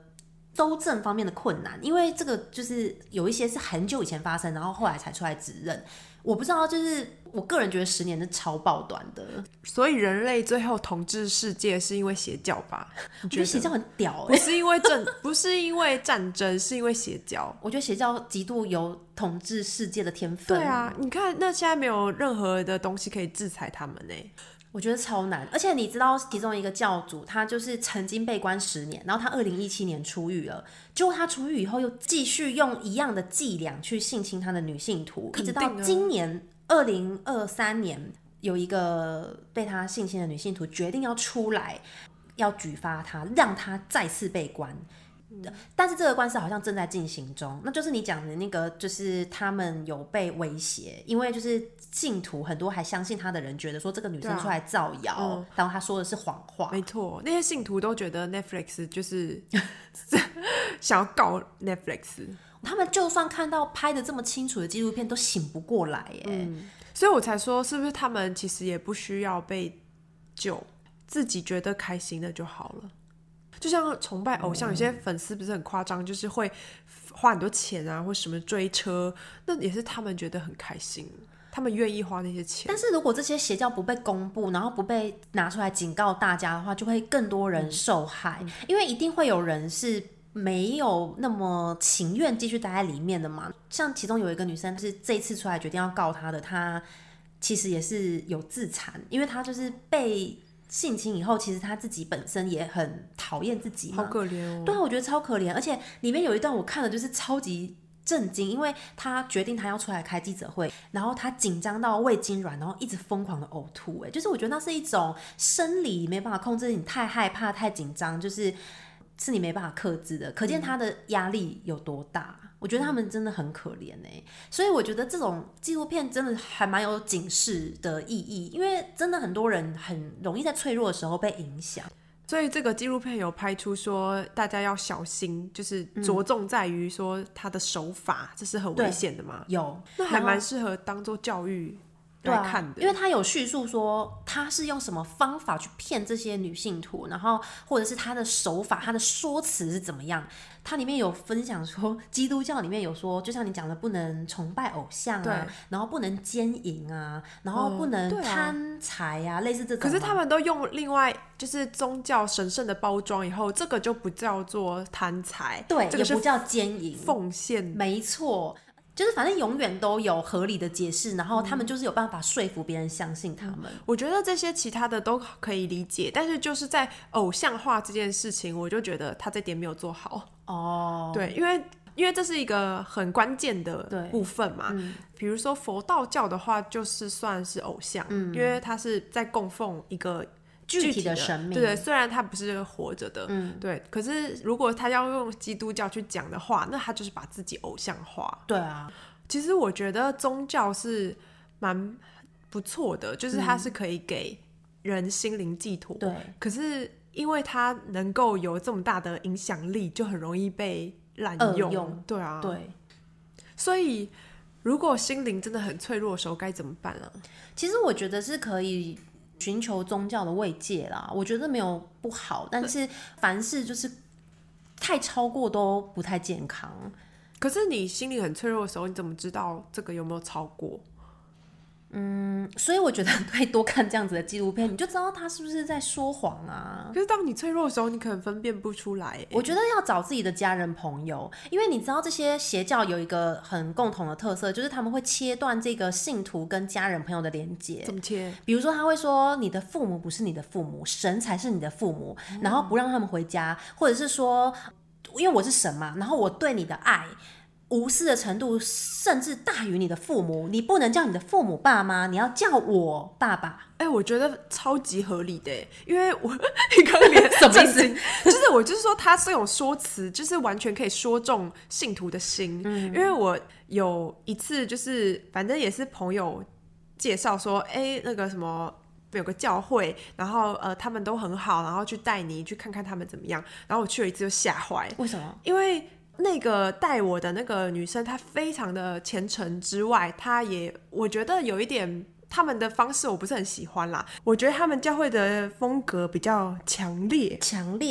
B: 搜证方面的困难，因为这个就是有一些是很久以前发生，然后后来才出来指认。我不知道，就是我个人觉得十年是超爆短的。
A: 所以人类最后统治世界是因为邪教吧？
B: 我觉得邪教很屌、欸，
A: 不是因为战，不是因为战争，是因为邪教。
B: 我觉得邪教极度有统治世界的天分。
A: 对啊，你看，那现在没有任何的东西可以制裁他们呢、欸。
B: 我觉得超难，而且你知道，其中一个教主他就是曾经被关十年，然后他二零一七年出狱了，结果他出狱以后又继续用一样的伎俩去性侵他的女信徒，一直到今年二零二三年，有一个被他性侵的女信徒决定要出来，要举发他，让他再次被关。但是这个官司好像正在进行中，那就是你讲的那个，就是他们有被威胁，因为就是信徒很多还相信他的人觉得说这个女生出来造谣、啊嗯，然后他说的是谎话。
A: 没错，那些信徒都觉得 Netflix 就是想要告 Netflix，
B: 他们就算看到拍的这么清楚的纪录片都醒不过来耶、嗯、
A: 所以我才说是不是他们其实也不需要被救，自己觉得开心的就好了。就像崇拜偶像、嗯、有些粉丝不是很夸张，就是会花很多钱啊或什么追车，那也是他们觉得很开心，他们愿意花那些钱。
B: 但是如果这些邪教不被公布，然后不被拿出来警告大家的话，就会更多人受害、嗯、因为一定会有人是没有那么情愿继续待在里面的嘛。像其中有一个女生是这一次出来决定要告他的，她其实也是有自残，因为她就是被性侵以后，其实他自己本身也很讨厌自己嘛，
A: 好可怜哦。
B: 对啊，我觉得超可怜，而且里面有一段我看了就是超级震惊，因为他决定他要出来开记者会，然后他紧张到胃痉挛，然后一直疯狂的呕吐，哎，就是我觉得那是一种生理没办法控制，你太害怕、太紧张，就是是你没办法克制的，可见他的压力有多大。嗯，我觉得他们真的很可怜欸，所以我觉得这种纪录片真的还蛮有警示的意义，因为真的很多人很容易在脆弱的时候被影响。
A: 所以这个纪录片有拍出说大家要小心，就是着重在于说他的手法、嗯、这是很危险的嘛。
B: 有，
A: 那还蛮适合当做教育来看的。
B: 对啊，因为他有叙述说他是用什么方法去骗这些女信徒，然后或者是他的手法、他的说辞是怎么样。他里面有分享说，基督教里面有说，就像你讲的，不能崇拜偶像啊，然后不能奸淫啊，然后不能贪财啊，嗯啊，类似这种。
A: 可是他们都用另外就是宗教神圣的包装以后，这个就不叫做贪财，
B: 对，
A: 这个是
B: 也不叫奸淫，
A: 奉献，
B: 没错。就是反正永远都有合理的解释，然后他们就是有办法说服别人相信他们。嗯，
A: 我觉得这些其他的都可以理解，但是就是在偶像化这件事情，我就觉得他这点没有做好。哦，对，因为因为这是一个很关键的部分嘛。嗯，比如说佛道教的话，就是算是偶像，嗯，因为他是在供奉一个具体的
B: 神明，
A: 对，虽然他不是活着的，嗯，对，可是如果他要用基督教去讲的话，那他就是把自己偶像化。
B: 对啊，
A: 其实我觉得宗教是蛮不错的，就是它是可以给人心灵寄托，对，嗯，可是因为它能够有这么大的影响力，就很容易被滥用，用对啊，对，所以如果心灵真的很脆弱的时候该怎么办啊？
B: 其实我觉得是可以寻求宗教的慰藉啦，我觉得没有不好，但是凡事就是太超过都不太健康。
A: 可是你心里很脆弱的时候，你怎么知道这个有没有超过？
B: 嗯，所以我觉得可以多看这样子的纪录片，你就知道他是不是在说谎啊。
A: 可是当你脆弱的时候，你可能分辨不出来。
B: 我觉得要找自己的家人朋友，因为你知道这些邪教有一个很共同的特色，就是他们会切断这个信徒跟家人朋友的连结。
A: 怎么切？
B: 比如说他会说你的父母不是你的父母，神才是你的父母，嗯，然后不让他们回家，或者是说因为我是神嘛，然后我对你的爱无私的程度甚至大于你的父母，你不能叫你的父母爸妈，你要叫我爸爸。
A: 哎，欸，我觉得超级合理的，因为我你刚连
B: 什么意思？
A: 就是我就是说他这种说辞就是完全可以说中信徒的心，嗯，因为我有一次就是反正也是朋友介绍说，哎，欸，那个什么有个教会，然后呃他们都很好，然后去带你去看看他们怎么样，然后我去了一次就吓坏。
B: 为什么？
A: 因为那个带我的那个女生她非常的虔诚之外，她也我觉得有一点他们的方式我不是很喜欢啦，我觉得他们教会的风格比较强烈
B: 强烈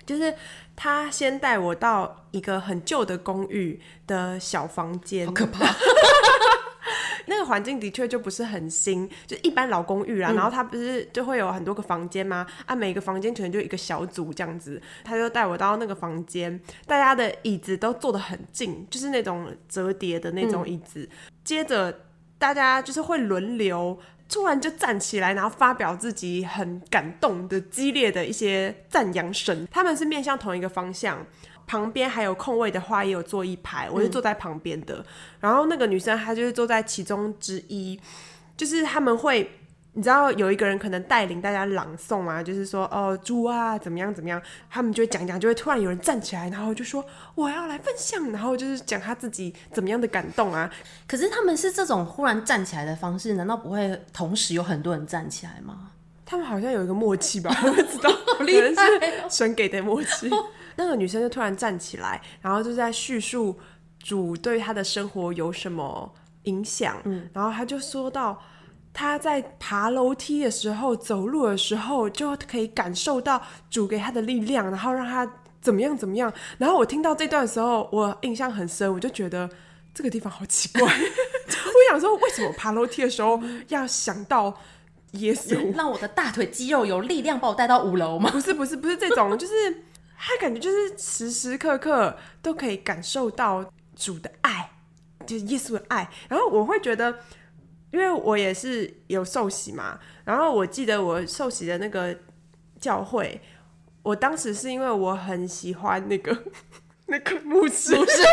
A: 就是他先带我到一个很旧的公寓的小房间，
B: 好可怕。
A: 那个环境的确就不是很新，就一般老公寓啦、嗯、然后它不是就会有很多个房间吗？啊，每个房间可能就一个小组这样子，他就带我到那个房间，大家的椅子都坐得很近，就是那种折叠的那种椅子、嗯、接着大家就是会轮流突然就站起来，然后发表自己很感动的激烈的一些赞扬声，他们是面向同一个方向，旁边还有空位的话也有坐一排，我是坐在旁边的、嗯、然后那个女生她就是坐在其中之一，就是他们会你知道有一个人可能带领大家朗诵啊，就是说哦主啊怎么样怎么样，他们就会讲讲，就会突然有人站起来，然后就说我要来分享，然后就是讲他自己怎么样的感动啊。
B: 可是他们是这种忽然站起来的方式，难道不会同时有很多人站起来吗？
A: 他们好像有一个默契吧，我不知道，
B: 好厉害哦，
A: 可能是神给的默契。那个女生就突然站起来，然后就在叙述主对她的生活有什么影响、嗯、然后她就说到她在爬楼梯的时候走路的时候就可以感受到主给她的力量，然后让她怎么样怎么样。然后我听到这段的时候我印象很深，我就觉得这个地方好奇怪我想说为什么爬楼梯的时候要想到耶稣，
B: 让我的大腿肌肉有力量把我带到五楼吗？
A: 不是不是不是这种，就是他感觉就是时时刻刻都可以感受到主的爱，就是耶稣的爱。然后我会觉得因为我也是有受洗嘛，然后我记得我受洗的那个教会，我当时是因为我很喜欢那个那个牧师
B: 牧师什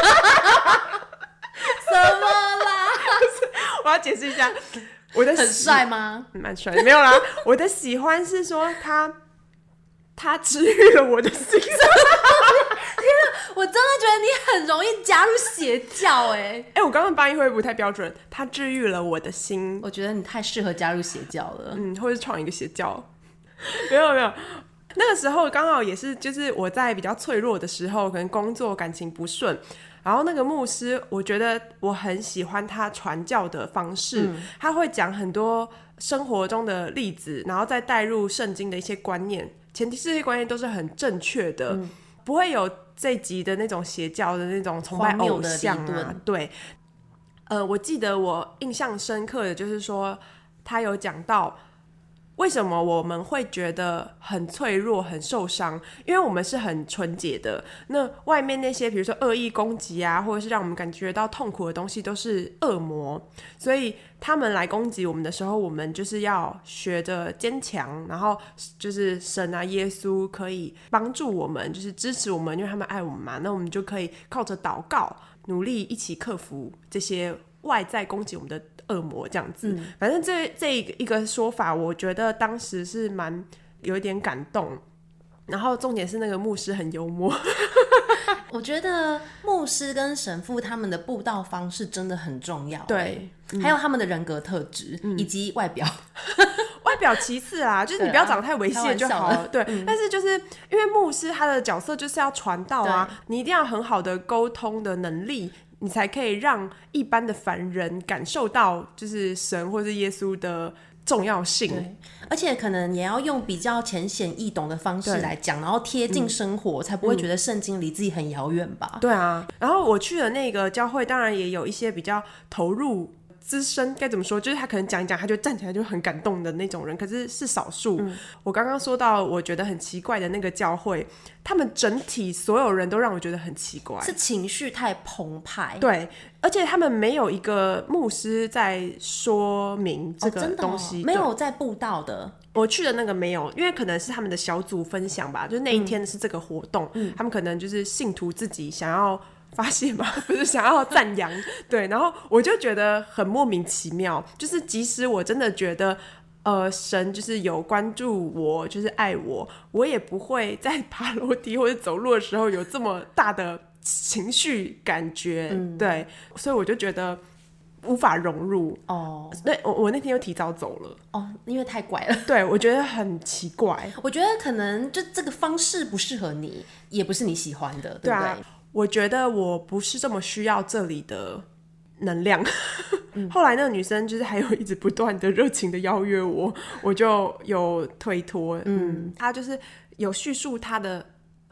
B: 么啦
A: 我要解释一下，我的
B: 很帅吗？
A: 蛮帅的，没有啦我的喜欢是说他他治愈了我的心天
B: 哪，我真的觉得你很容易加入邪教哎、欸！
A: 哎、欸，我刚刚发音会不会不太标准？他治愈了我的心，
B: 我觉得你太适合加入邪教了，
A: 嗯，或者是创一个邪教。没有没有，那个时候刚好也是就是我在比较脆弱的时候，可能工作感情不顺，然后那个牧师我觉得我很喜欢他传教的方式、嗯、他会讲很多生活中的例子，然后再带入圣经的一些观念，前提是这些观念都是很正确的、嗯、不会有这一集的那种邪教的那种崇拜偶像啊。对，呃，我记得我印象深刻的就是说他有讲到为什么我们会觉得很脆弱很受伤，因为我们是很纯洁的，那外面那些比如说恶意攻击啊，或者是让我们感觉到痛苦的东西都是恶魔，所以他们来攻击我们的时候，我们就是要学着坚强，然后就是神啊耶稣可以帮助我们，就是支持我们，因为他们爱我们嘛，那我们就可以靠着祷告努力一起克服这些外在攻击我们的恶魔这样子、嗯、反正这这一个说法我觉得当时是蛮有一点感动，然后重点是那个牧师很幽默
B: 我觉得牧师跟神父他们的布道方式真的很重要，
A: 对、
B: 嗯、还有他们的人格特质、嗯、以及外表
A: 外表其次啦，就是你不要长得太猥亵就好了，对、嗯、但是就是因为牧师他的角色就是要传道啊，你一定要很好的沟通的能力，你才可以让一般的凡人感受到就是神或是耶稣的重要性，
B: 对，而且可能也要用比较浅显易懂的方式来讲，然后贴近生活、嗯、才不会觉得圣经离自己很遥远吧、
A: 嗯、对啊，然后我去的那个教会当然也有一些比较投入资深，该怎么说，就是他可能讲一讲他就站起来就很感动的那种人，可是是少数、嗯、我刚刚说到我觉得很奇怪的那个教会，他们整体所有人都让我觉得很奇怪，
B: 是情绪太澎湃，
A: 对，而且他们没有一个牧师在说明这个东西、
B: 哦哦、没有在布道的，
A: 我去的那个没有，因为可能是他们的小组分享吧，就那一天是这个活动、嗯、他们可能就是信徒自己想要发泄嘛，不是想要赞扬对，然后我就觉得很莫名其妙，就是即使我真的觉得呃，神就是有关注我，就是爱我，我也不会在爬楼梯或者走路的时候有这么大的情绪感觉、嗯、对，所以我就觉得无法融入哦。那我我那天又提早走了
B: 哦，因为太怪了。
A: 对，我觉得很奇怪。
B: 我觉得可能就这个方式不适合你，也不是你喜欢的，对不对？对啊，
A: 我觉得我不是这么需要这里的能量。嗯、后来那个女生就是还有一直不断的热情的邀约我，我就有推脱。嗯，她就是有叙述她的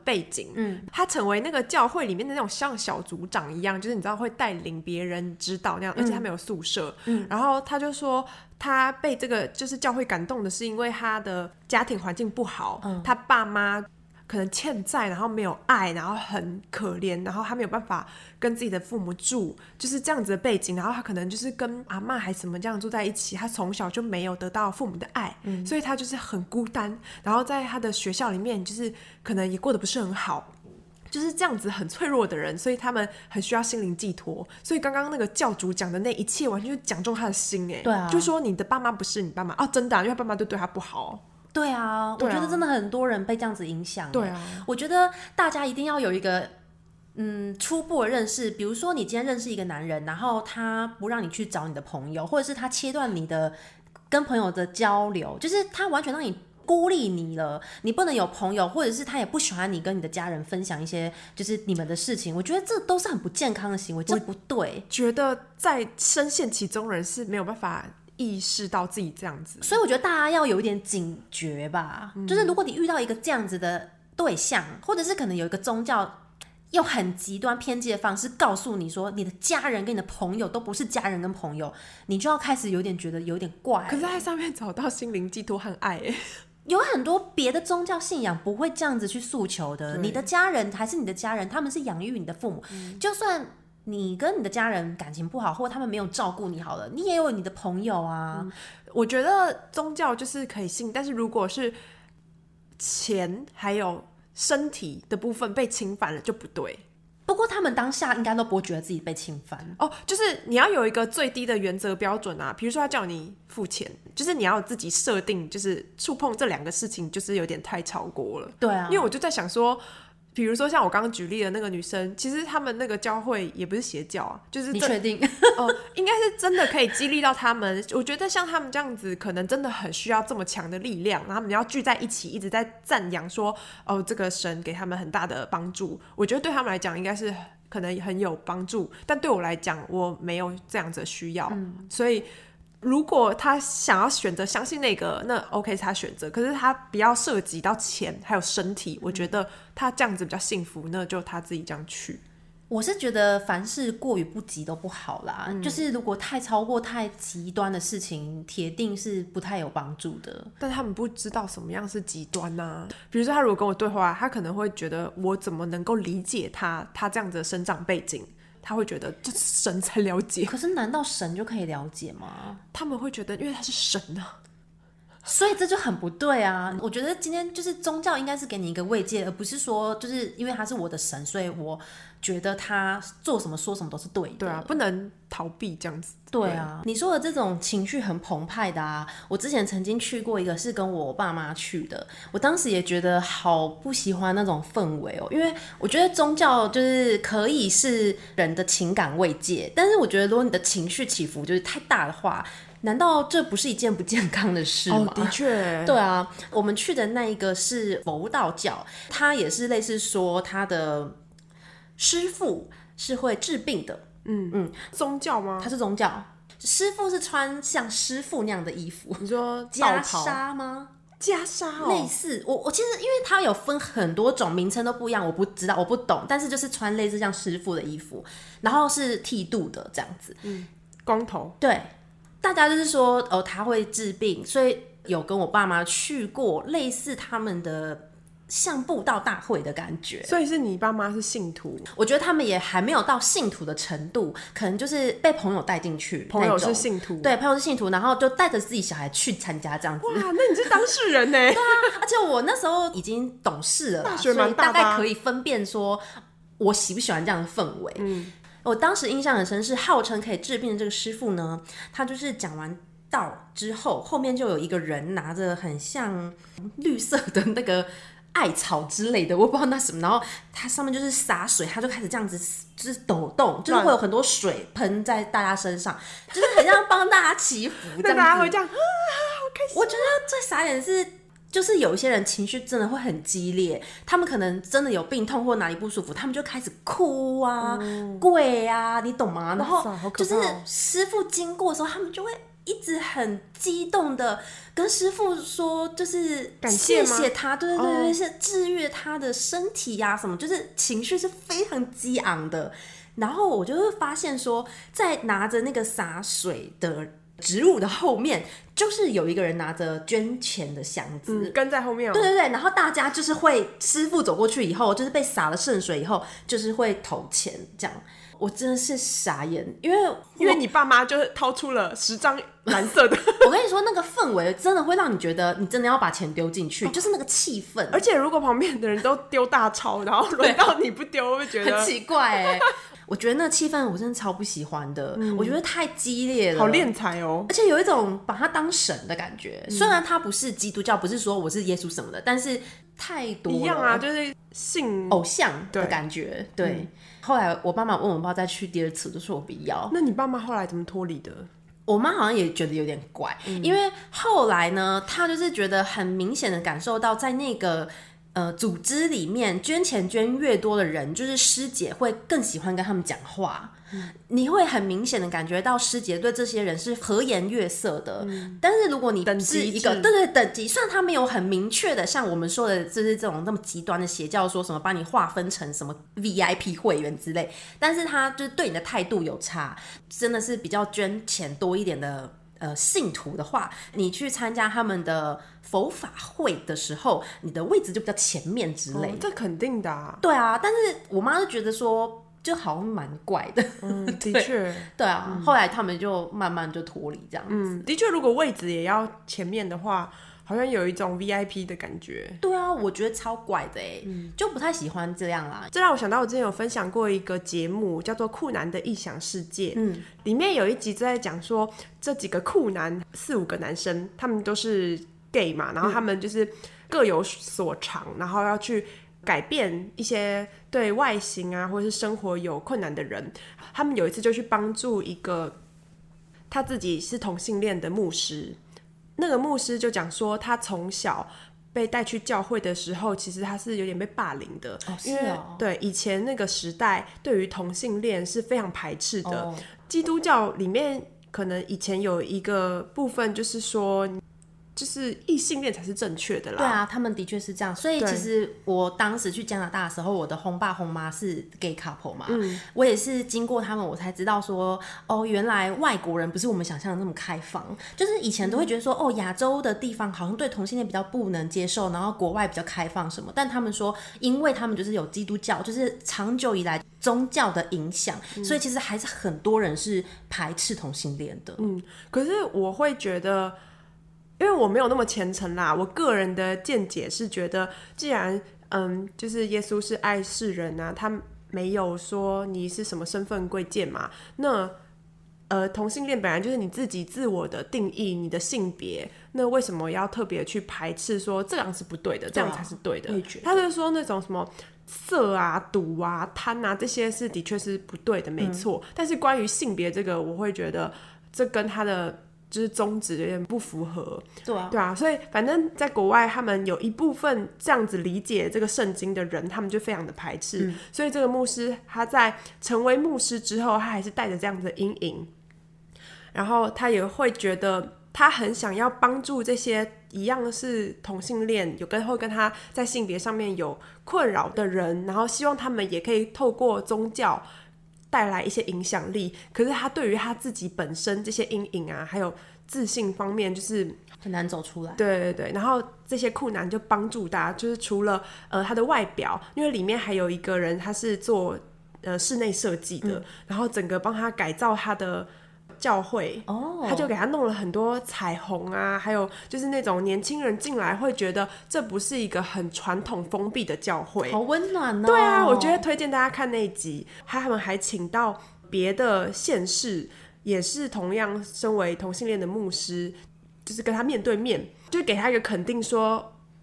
A: 背景，嗯，他成为那个教会里面的那种像小组长一样，就是你知道会带领别人指导那样，而且他没有宿舍，嗯，然后他就说他被这个就是教会感动的是因为他的家庭环境不好，嗯，他爸妈可能欠债，然后没有爱，然后很可怜，然后他没有办法跟自己的父母住，就是这样子的背景，然后他可能就是跟阿嬷还什么这样住在一起，他从小就没有得到父母的爱，嗯，所以他就是很孤单，然后在他的学校里面就是可能也过得不是很好，就是这样子很脆弱的人，所以他们很需要心灵寄托。所以刚刚那个教主讲的那一切完全就讲中他的心，哎，
B: 对啊，
A: 就说你的爸妈不是你爸妈哦，真的、啊，因为他爸妈都对他不好。
B: 对啊，
A: 对啊，
B: 我觉得真的很多人被这样子影响。
A: 对啊，
B: 我觉得大家一定要有一个嗯初步的认识，比如说你今天认识一个男人，然后他不让你去找你的朋友，或者是他切断你的跟朋友的交流，就是他完全让你孤立你了，你不能有朋友，或者是他也不喜欢你跟你的家人分享一些就是你们的事情，我觉得这都是很不健康的行为，这不对。
A: 觉得在深陷其中人是没有办法意识到自己这样子，
B: 所以我觉得大家要有一点警觉吧、嗯、就是如果你遇到一个这样子的对象，或者是可能有一个宗教用很极端偏激的方式告诉你说你的家人跟你的朋友都不是家人跟朋友，你就要开始有点觉得有点怪、欸、
A: 可是在上面找到心灵寄托和爱、欸、
B: 有很多别的宗教信仰不会这样子去诉求的，你的家人还是你的家人，他们是养育你的父母、嗯、就算你跟你的家人感情不好，或者他们没有照顾你好了，你也有你的朋友啊、嗯、
A: 我觉得宗教就是可以信，但是如果是钱还有身体的部分被侵犯了就不对。
B: 不过他们当下应该都不会觉得自己被侵犯
A: 哦，就是你要有一个最低的原则标准啊，比如说他叫你付钱，就是你要自己设定，就是触碰这两个事情就是有点太超过了。
B: 对啊，
A: 因为我就在想说比如说像我刚刚举例的那个女生，其实他们那个教会也不是邪教啊，就是
B: 你确定？
A: 哦、呃，应该是真的可以激励到他们。我觉得像他们这样子，可能真的很需要这么强的力量，然后他们要聚在一起，一直在赞扬说，哦，这个神给他们很大的帮助。我觉得对他们来讲，应该是可能很有帮助，但对我来讲，我没有这样子的需要，嗯、所以。如果他想要选择相信那个，那 OK 是他选择，可是他不要涉及到钱还有身体，我觉得他这样子比较幸福，那就他自己这样去。
B: 我是觉得凡事过于不及都不好啦、嗯、就是如果太超过太极端的事情，铁定是不太有帮助的。
A: 但他们不知道什么样是极端啊，比如说他如果跟我对话，他可能会觉得我怎么能够理解他他这样子的生长背景，他会觉得这神才了解。
B: 可是难道神就可以了解吗？
A: 他们会觉得因为他是神啊，
B: 所以这就很不对啊。我觉得今天就是宗教应该是给你一个慰藉，而不是说就是因为他是我的神，所以我觉得他做什么说什么都是对的。
A: 对啊，不能逃避这样子。
B: 对啊，你说的这种情绪很澎湃的啊，我之前曾经去过一个是跟我爸妈去的，我当时也觉得好不喜欢那种氛围哦，因为我觉得宗教就是可以是人的情感慰藉，但是我觉得如果你的情绪起伏就是太大的话，难道这不是一件不健康的事吗？
A: 哦，的确。
B: 对啊，我们去的那一个是佛道教，它也是类似说他的师父是会治病的。
A: 嗯嗯，宗教吗？
B: 它是宗教，师父是穿像师父那样的衣服。
A: 你说
B: 袈裟吗？
A: 袈裟哦，
B: 类似。我我其实因为它有分很多种，名称都不一样，我不知道，我不懂。但是就是穿类似像师父的衣服，然后是剃度的这样子。
A: 嗯，光头。
B: 对，大家就是说哦，他会治病，所以有跟我爸妈去过类似他们的。像布道大会的感觉，
A: 所以是你爸妈是信徒？
B: 我觉得他们也还没有到信徒的程度，可能就是被朋友带进去，
A: 朋友是信徒，
B: 对，朋友是信徒，然后就带着自己小孩去参加这样子。
A: 哇，那你是当事人呢？
B: 对啊，而且我那时候已经懂事了啦，
A: 大学蛮大的，
B: 所以大概可以分辨说我喜不喜欢这样的氛围。嗯，我当时印象很深是号称可以治病的这个师傅呢，他就是讲完道之后，后面就有一个人拿着很像绿色的那个。艾草之类的，我不知道那什么，然后它上面就是洒水，它就开始这样子，就是抖动，就是会有很多水喷在大家身上，就是很像帮大家祈福这样子。
A: 大家会这样，啊，好开心。
B: 我觉得最傻眼的是，就是有一些人情绪真的会很激烈，他们可能真的有病痛或哪里不舒服，他们就开始哭啊、嗯、跪啊，你懂吗？然后就是师父经过的时候，他们就会。 一直很激动的跟师父说，就是
A: 感谢
B: 谢谢他，对对对对，
A: 哦
B: 是治愈他的身体呀、啊，什么，就是情绪是非常激昂的。然后我就会发现说，在拿着那个洒水的植物的后面，就是有一个人拿着捐钱的箱子、
A: 嗯、跟在后面、哦。
B: 对对对，然后大家就是会，师父走过去以后，就是被洒了圣水以后，就是会投钱这样。我真的是傻眼，因为
A: 因为你爸妈就是掏出了十张蓝色的。
B: 我跟你说，那个氛围真的会让你觉得你真的要把钱丢进去，哦、就是那个气氛。
A: 而且如果旁边的人都丢大钞，然后轮到你不丢，会觉得
B: 很奇怪哎、欸。我觉得那气氛我真的超不喜欢的、嗯，我觉得太激烈了，
A: 好敛财哦，
B: 而且有一种把他当神的感觉。嗯、虽然他不是基督教，不是说我是耶稣什么的，但是太多了
A: 一样啊，就是信
B: 偶像的感觉。对，对嗯、后来我爸妈问我要不要再去第二次，就说我不要。
A: 那你爸妈后来怎么脱离的？
B: 我妈好像也觉得有点怪、嗯，因为后来呢，她就是觉得很明显的感受到在那个。呃，组织里面捐钱捐越多的人，就是师姐会更喜欢跟他们讲话、嗯，你会很明显的感觉到师姐对这些人是和颜悦色的。嗯、但是如果你是一个对对等级，虽然他没有很明确的像我们说的，就是这种那么极端的邪教，说什么把你划分成什么 V I P 会员之类，但是他就是对你的态度有差，真的是比较捐钱多一点的。呃，信徒的话，你去参加他们的佛法会的时候，你的位置就比较前面之类的、
A: 哦、这肯定的啊。
B: 对啊，但是我妈就觉得说，就好像蛮怪的。
A: 嗯，的确，
B: 对啊、嗯。后来他们就慢慢就脱离这样子。
A: 嗯，的确，如果位置也要前面的话，好像有一种 V I P 的感觉。
B: 对啊，我觉得超怪的哎、嗯，就不太喜欢这样啦。
A: 这让我想到我之前有分享过一个节目，叫做《酷男的异想世界》。嗯，里面有一集在讲说，这几个酷男四五个男生，他们都是 gay 嘛，然后他们就是各有所长，然后要去改变一些对外形啊或者是生活有困难的人。他们有一次就去帮助一个他自己是同性恋的牧师。那个牧师就讲说，他从小被带去教会的时候，其实他是有点被霸凌的，
B: 哦、
A: 因为、
B: 哦、
A: 对以前那个时代对于同性恋是非常排斥的。
B: 哦、
A: 基督教里面可能以前有一个部分就是说，就是异性恋才是正确的啦。
B: 对啊，他们的确是这样。所以其实我当时去加拿大的时候，我的轰爸轰妈是 gay couple 嘛、嗯，我也是经过他们，我才知道说，哦，原来外国人不是我们想象的那么开放。就是以前都会觉得说，嗯、哦，亚洲的地方好像对同性恋比较不能接受，然后国外比较开放什么。但他们说，因为他们就是有基督教，就是长久以来宗教的影响、嗯，所以其实还是很多人是排斥同性恋的。
A: 嗯，可是我会觉得。因为我没有那么虔诚啦，我个人的见解是觉得，既然嗯，就是耶稣是爱世人啊，他没有说你是什么身份贵贱嘛，那呃，同性恋本来就是你自己自我的定义，你的性别，那为什么要特别去排斥说这样是不对的，这样才是对的？他就说那种什么色啊、赌啊、贪啊，这些是的确是不对的，没错、嗯。但是关于性别这个，我会觉得这跟他的。就是宗旨有点不符合，
B: 对啊，
A: 对啊，所以反正在国外，他们有一部分这样子理解这个圣经的人，他们就非常的排斥、嗯，所以这个牧师他在成为牧师之后，他还是带着这样子的阴影，然后他也会觉得他很想要帮助这些一样是同性恋，有跟会跟他在性别上面有困扰的人，然后希望他们也可以透过宗教。带来一些影响力，可是他对于他自己本身这些阴影啊，还有自信方面，就是
B: 很难走出来。
A: 对对对，然后这些酷男就帮助他，就是除了呃他的外表，因为里面还有一个人他是做呃室内设计的、嗯，然后整个帮他改造他的教会，哦，他就给他弄了很多彩虹啊，还有就是那种年轻人进来会觉得这不是一个很传统封闭的教会，
B: 好温暖哦。
A: 对啊，我觉得推荐大家看那一集，他们还请到别的县市，也是同样身为同性恋的牧师，就是跟他面对面，就是给他一个肯定说，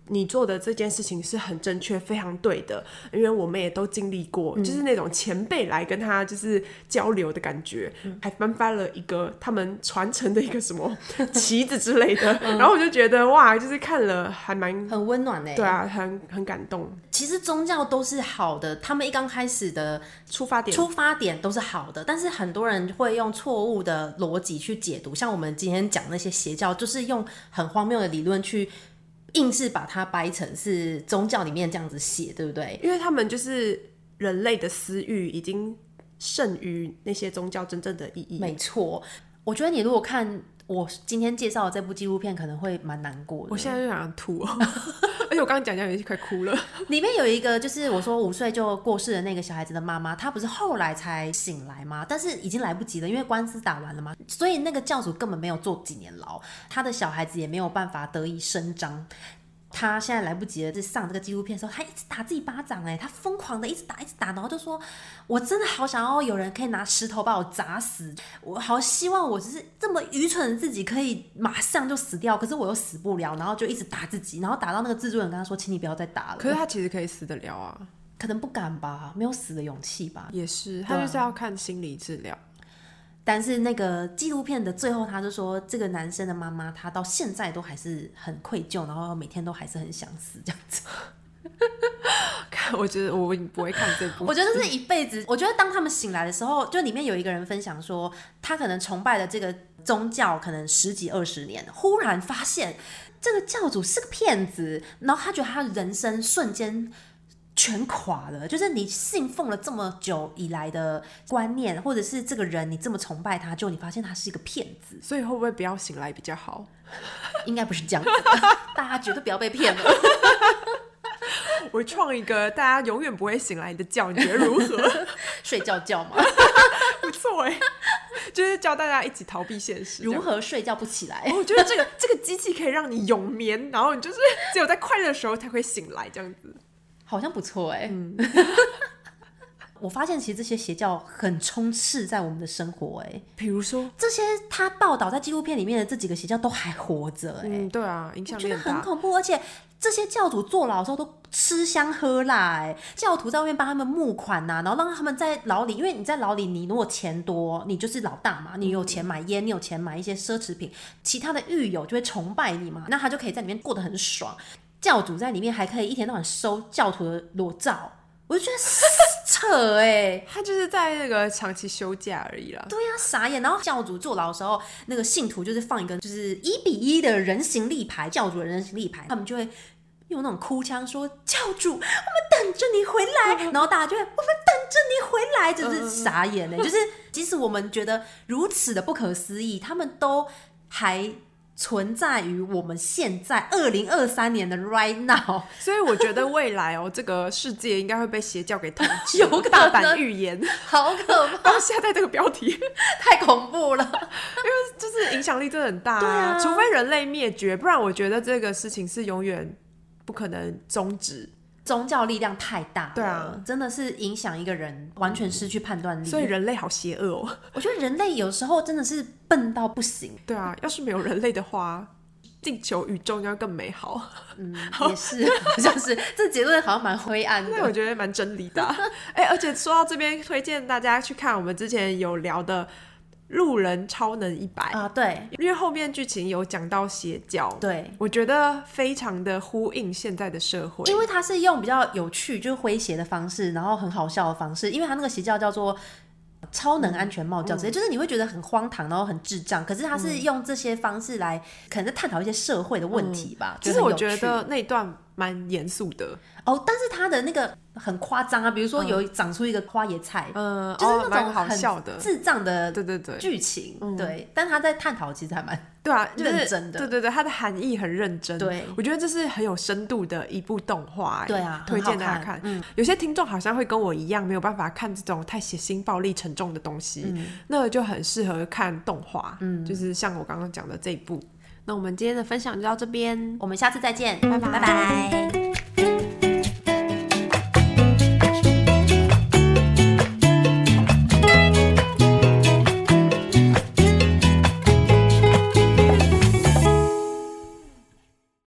A: 你做的这件事情是很正确非常对的，因为我们也都经历过、嗯、就是那种前辈来跟他就是交流的感觉、嗯、还颁发了一个他们传承的一个什么旗子之类的、嗯、然后我就觉得哇就是看了还蛮
B: 很温暖耶。
A: 对啊，很很感动。
B: 其实宗教都是好的，他们一刚开始的
A: 出发点
B: 出发点都是好的，但是很多人会用错误的逻辑去解读，像我们今天讲那些邪教就是用很荒谬的理论去硬是把它掰成是宗教里面这样子写，对不对？
A: 因为他们就是人类的私欲已经胜于那些宗教真正的意义。
B: 没错，我觉得你如果看我今天介绍的这部纪录片可能会蛮难过的。
A: 我现在就想吐哦而且我刚刚讲讲已经快哭了。
B: 里面有一个就是我说五岁就过世的那个小孩子的妈妈，她不是后来才醒来吗？但是已经来不及了，因为官司打完了嘛，所以那个教主根本没有坐几年牢，他的小孩子也没有办法得以伸张。他现在来不及了，就上这个纪录片的时候，他一直打自己巴掌，哎，他疯狂的一直打一直打，然后就说：“我真的好想要有人可以拿石头把我砸死，我好希望我只是这么愚蠢的自己可以马上就死掉，可是我又死不了。”然后就一直打自己，然后打到那个制作人跟他说：“请你不要再打了。”
A: 可是他其实可以死得了啊，
B: 可能不敢吧，没有死的勇气吧。
A: 也是，他就是要看心理治疗。
B: 但是那个纪录片的最后，他就说这个男生的妈妈，他到现在都还是很愧疚，然后每天都还是很想死这样子。
A: 我觉得我不会看这部，
B: 我觉得是一辈子。我觉得当他们醒来的时候，就里面有一个人分享说，他可能崇拜的这个宗教可能十几二十年，忽然发现这个教主是个骗子，然后他觉得他人生瞬间全垮了，就是你信奉了这么久以来的观念，或者是这个人你这么崇拜他，就你发现他是一个骗子，
A: 所以会不会不要醒来比较好？
B: 应该不是这样子的大家绝对不要被骗了
A: 我创一个大家永远不会醒来的觉，你觉得如何？
B: 睡觉觉嘛
A: 不错哎，就是教大家一起逃避现实，
B: 如何睡觉不起来、
A: 哦、我觉得这个这个机器可以让你永眠，然后你就是只有在快乐的时候才会醒来，这样子
B: 好像不错哎、嗯、我发现其实这些邪教很充斥在我们的生活哎，
A: 比如说
B: 这些他报道在纪录片里面的这几个邪教都还活着哎、
A: 嗯，对啊，影响力很大，
B: 我觉得很恐怖，而且这些教主坐牢的时候都吃香喝辣哎，教徒在外面帮他们募款呐、啊，然后让他们在牢里，因为你在牢里，你如果钱多，你就是老大嘛，你有钱买烟，你有钱买一些奢侈品，其他的狱友就会崇拜你嘛，那他就可以在里面过得很爽。教主在里面还可以一天到晚收教徒的裸照，我就觉得扯哎、欸，
A: 他就是在那个长期休假而已啦。
B: 对啊，傻眼。然后教主坐牢的时候，那个信徒就是放一个就是一比一的人形立牌，教主的人形立牌，他们就会用那种哭腔说：“教主，我们等着你回来。”然后大家就会：“我们等着你回来。”就是傻眼哎、欸，就是即使我们觉得如此的不可思议，他们都还存在于我们现在二零二三年的 right now，
A: 所以我觉得未来哦，这个世界应该会被邪教给统治，
B: 有可能
A: 大胆预言，
B: 好可怕！
A: 帮下带这个标题，
B: 太恐怖了，
A: 因为就是影响力真的很大、啊，
B: 对啊，
A: 除非人类灭绝，不然我觉得这个事情是永远不可能终止。
B: 宗教力量太大了，
A: 对啊，
B: 真的是影响一个人完全失去判断力，
A: 所以人类好邪恶哦。
B: 我觉得人类有时候真的是笨到不行。
A: 对啊，要是没有人类的话，地球宇宙应该更美好。
B: 嗯，也是，好像是这结论好像蛮灰暗的，
A: 但我觉得蛮真理的、啊。哎、欸，而且说到这边，推荐大家去看我们之前有聊的路人超能一百
B: 啊，对，
A: 因为后面剧情有讲到邪教，
B: 对，
A: 我觉得非常的呼应现在的社会，
B: 因为它是用比较有趣就是诙谐的方式，然后很好笑的方式，因为它那个邪教叫做超能安全帽教之类、嗯、就是你会觉得很荒唐然后很智障，可是他是用这些方式来可能在探讨一些社会的问题吧、嗯、
A: 其实我觉得那一段蛮严肃的
B: 哦，但是他的那个很夸张啊，比如说有长出一个花椰菜，
A: 嗯，
B: 就是那种
A: 好笑的
B: 智障的
A: 对对对
B: 剧情，
A: 嗯、
B: 对，但他在探讨其实还蛮
A: 对啊，就是、
B: 认真的，
A: 对对对，他的含义很认真，
B: 对，
A: 我觉得这是很有深度的一部动画，
B: 对啊，
A: 推荐大家看。
B: 看嗯，
A: 有些听众好像会跟我一样没有办法看这种太血腥、暴力、沉重的东西，嗯、那就很适合看动画，嗯，就是像我刚刚讲的这一部。那我们今天的分享就到这边，
B: 我们下次再见，
A: 拜拜。
B: 拜拜。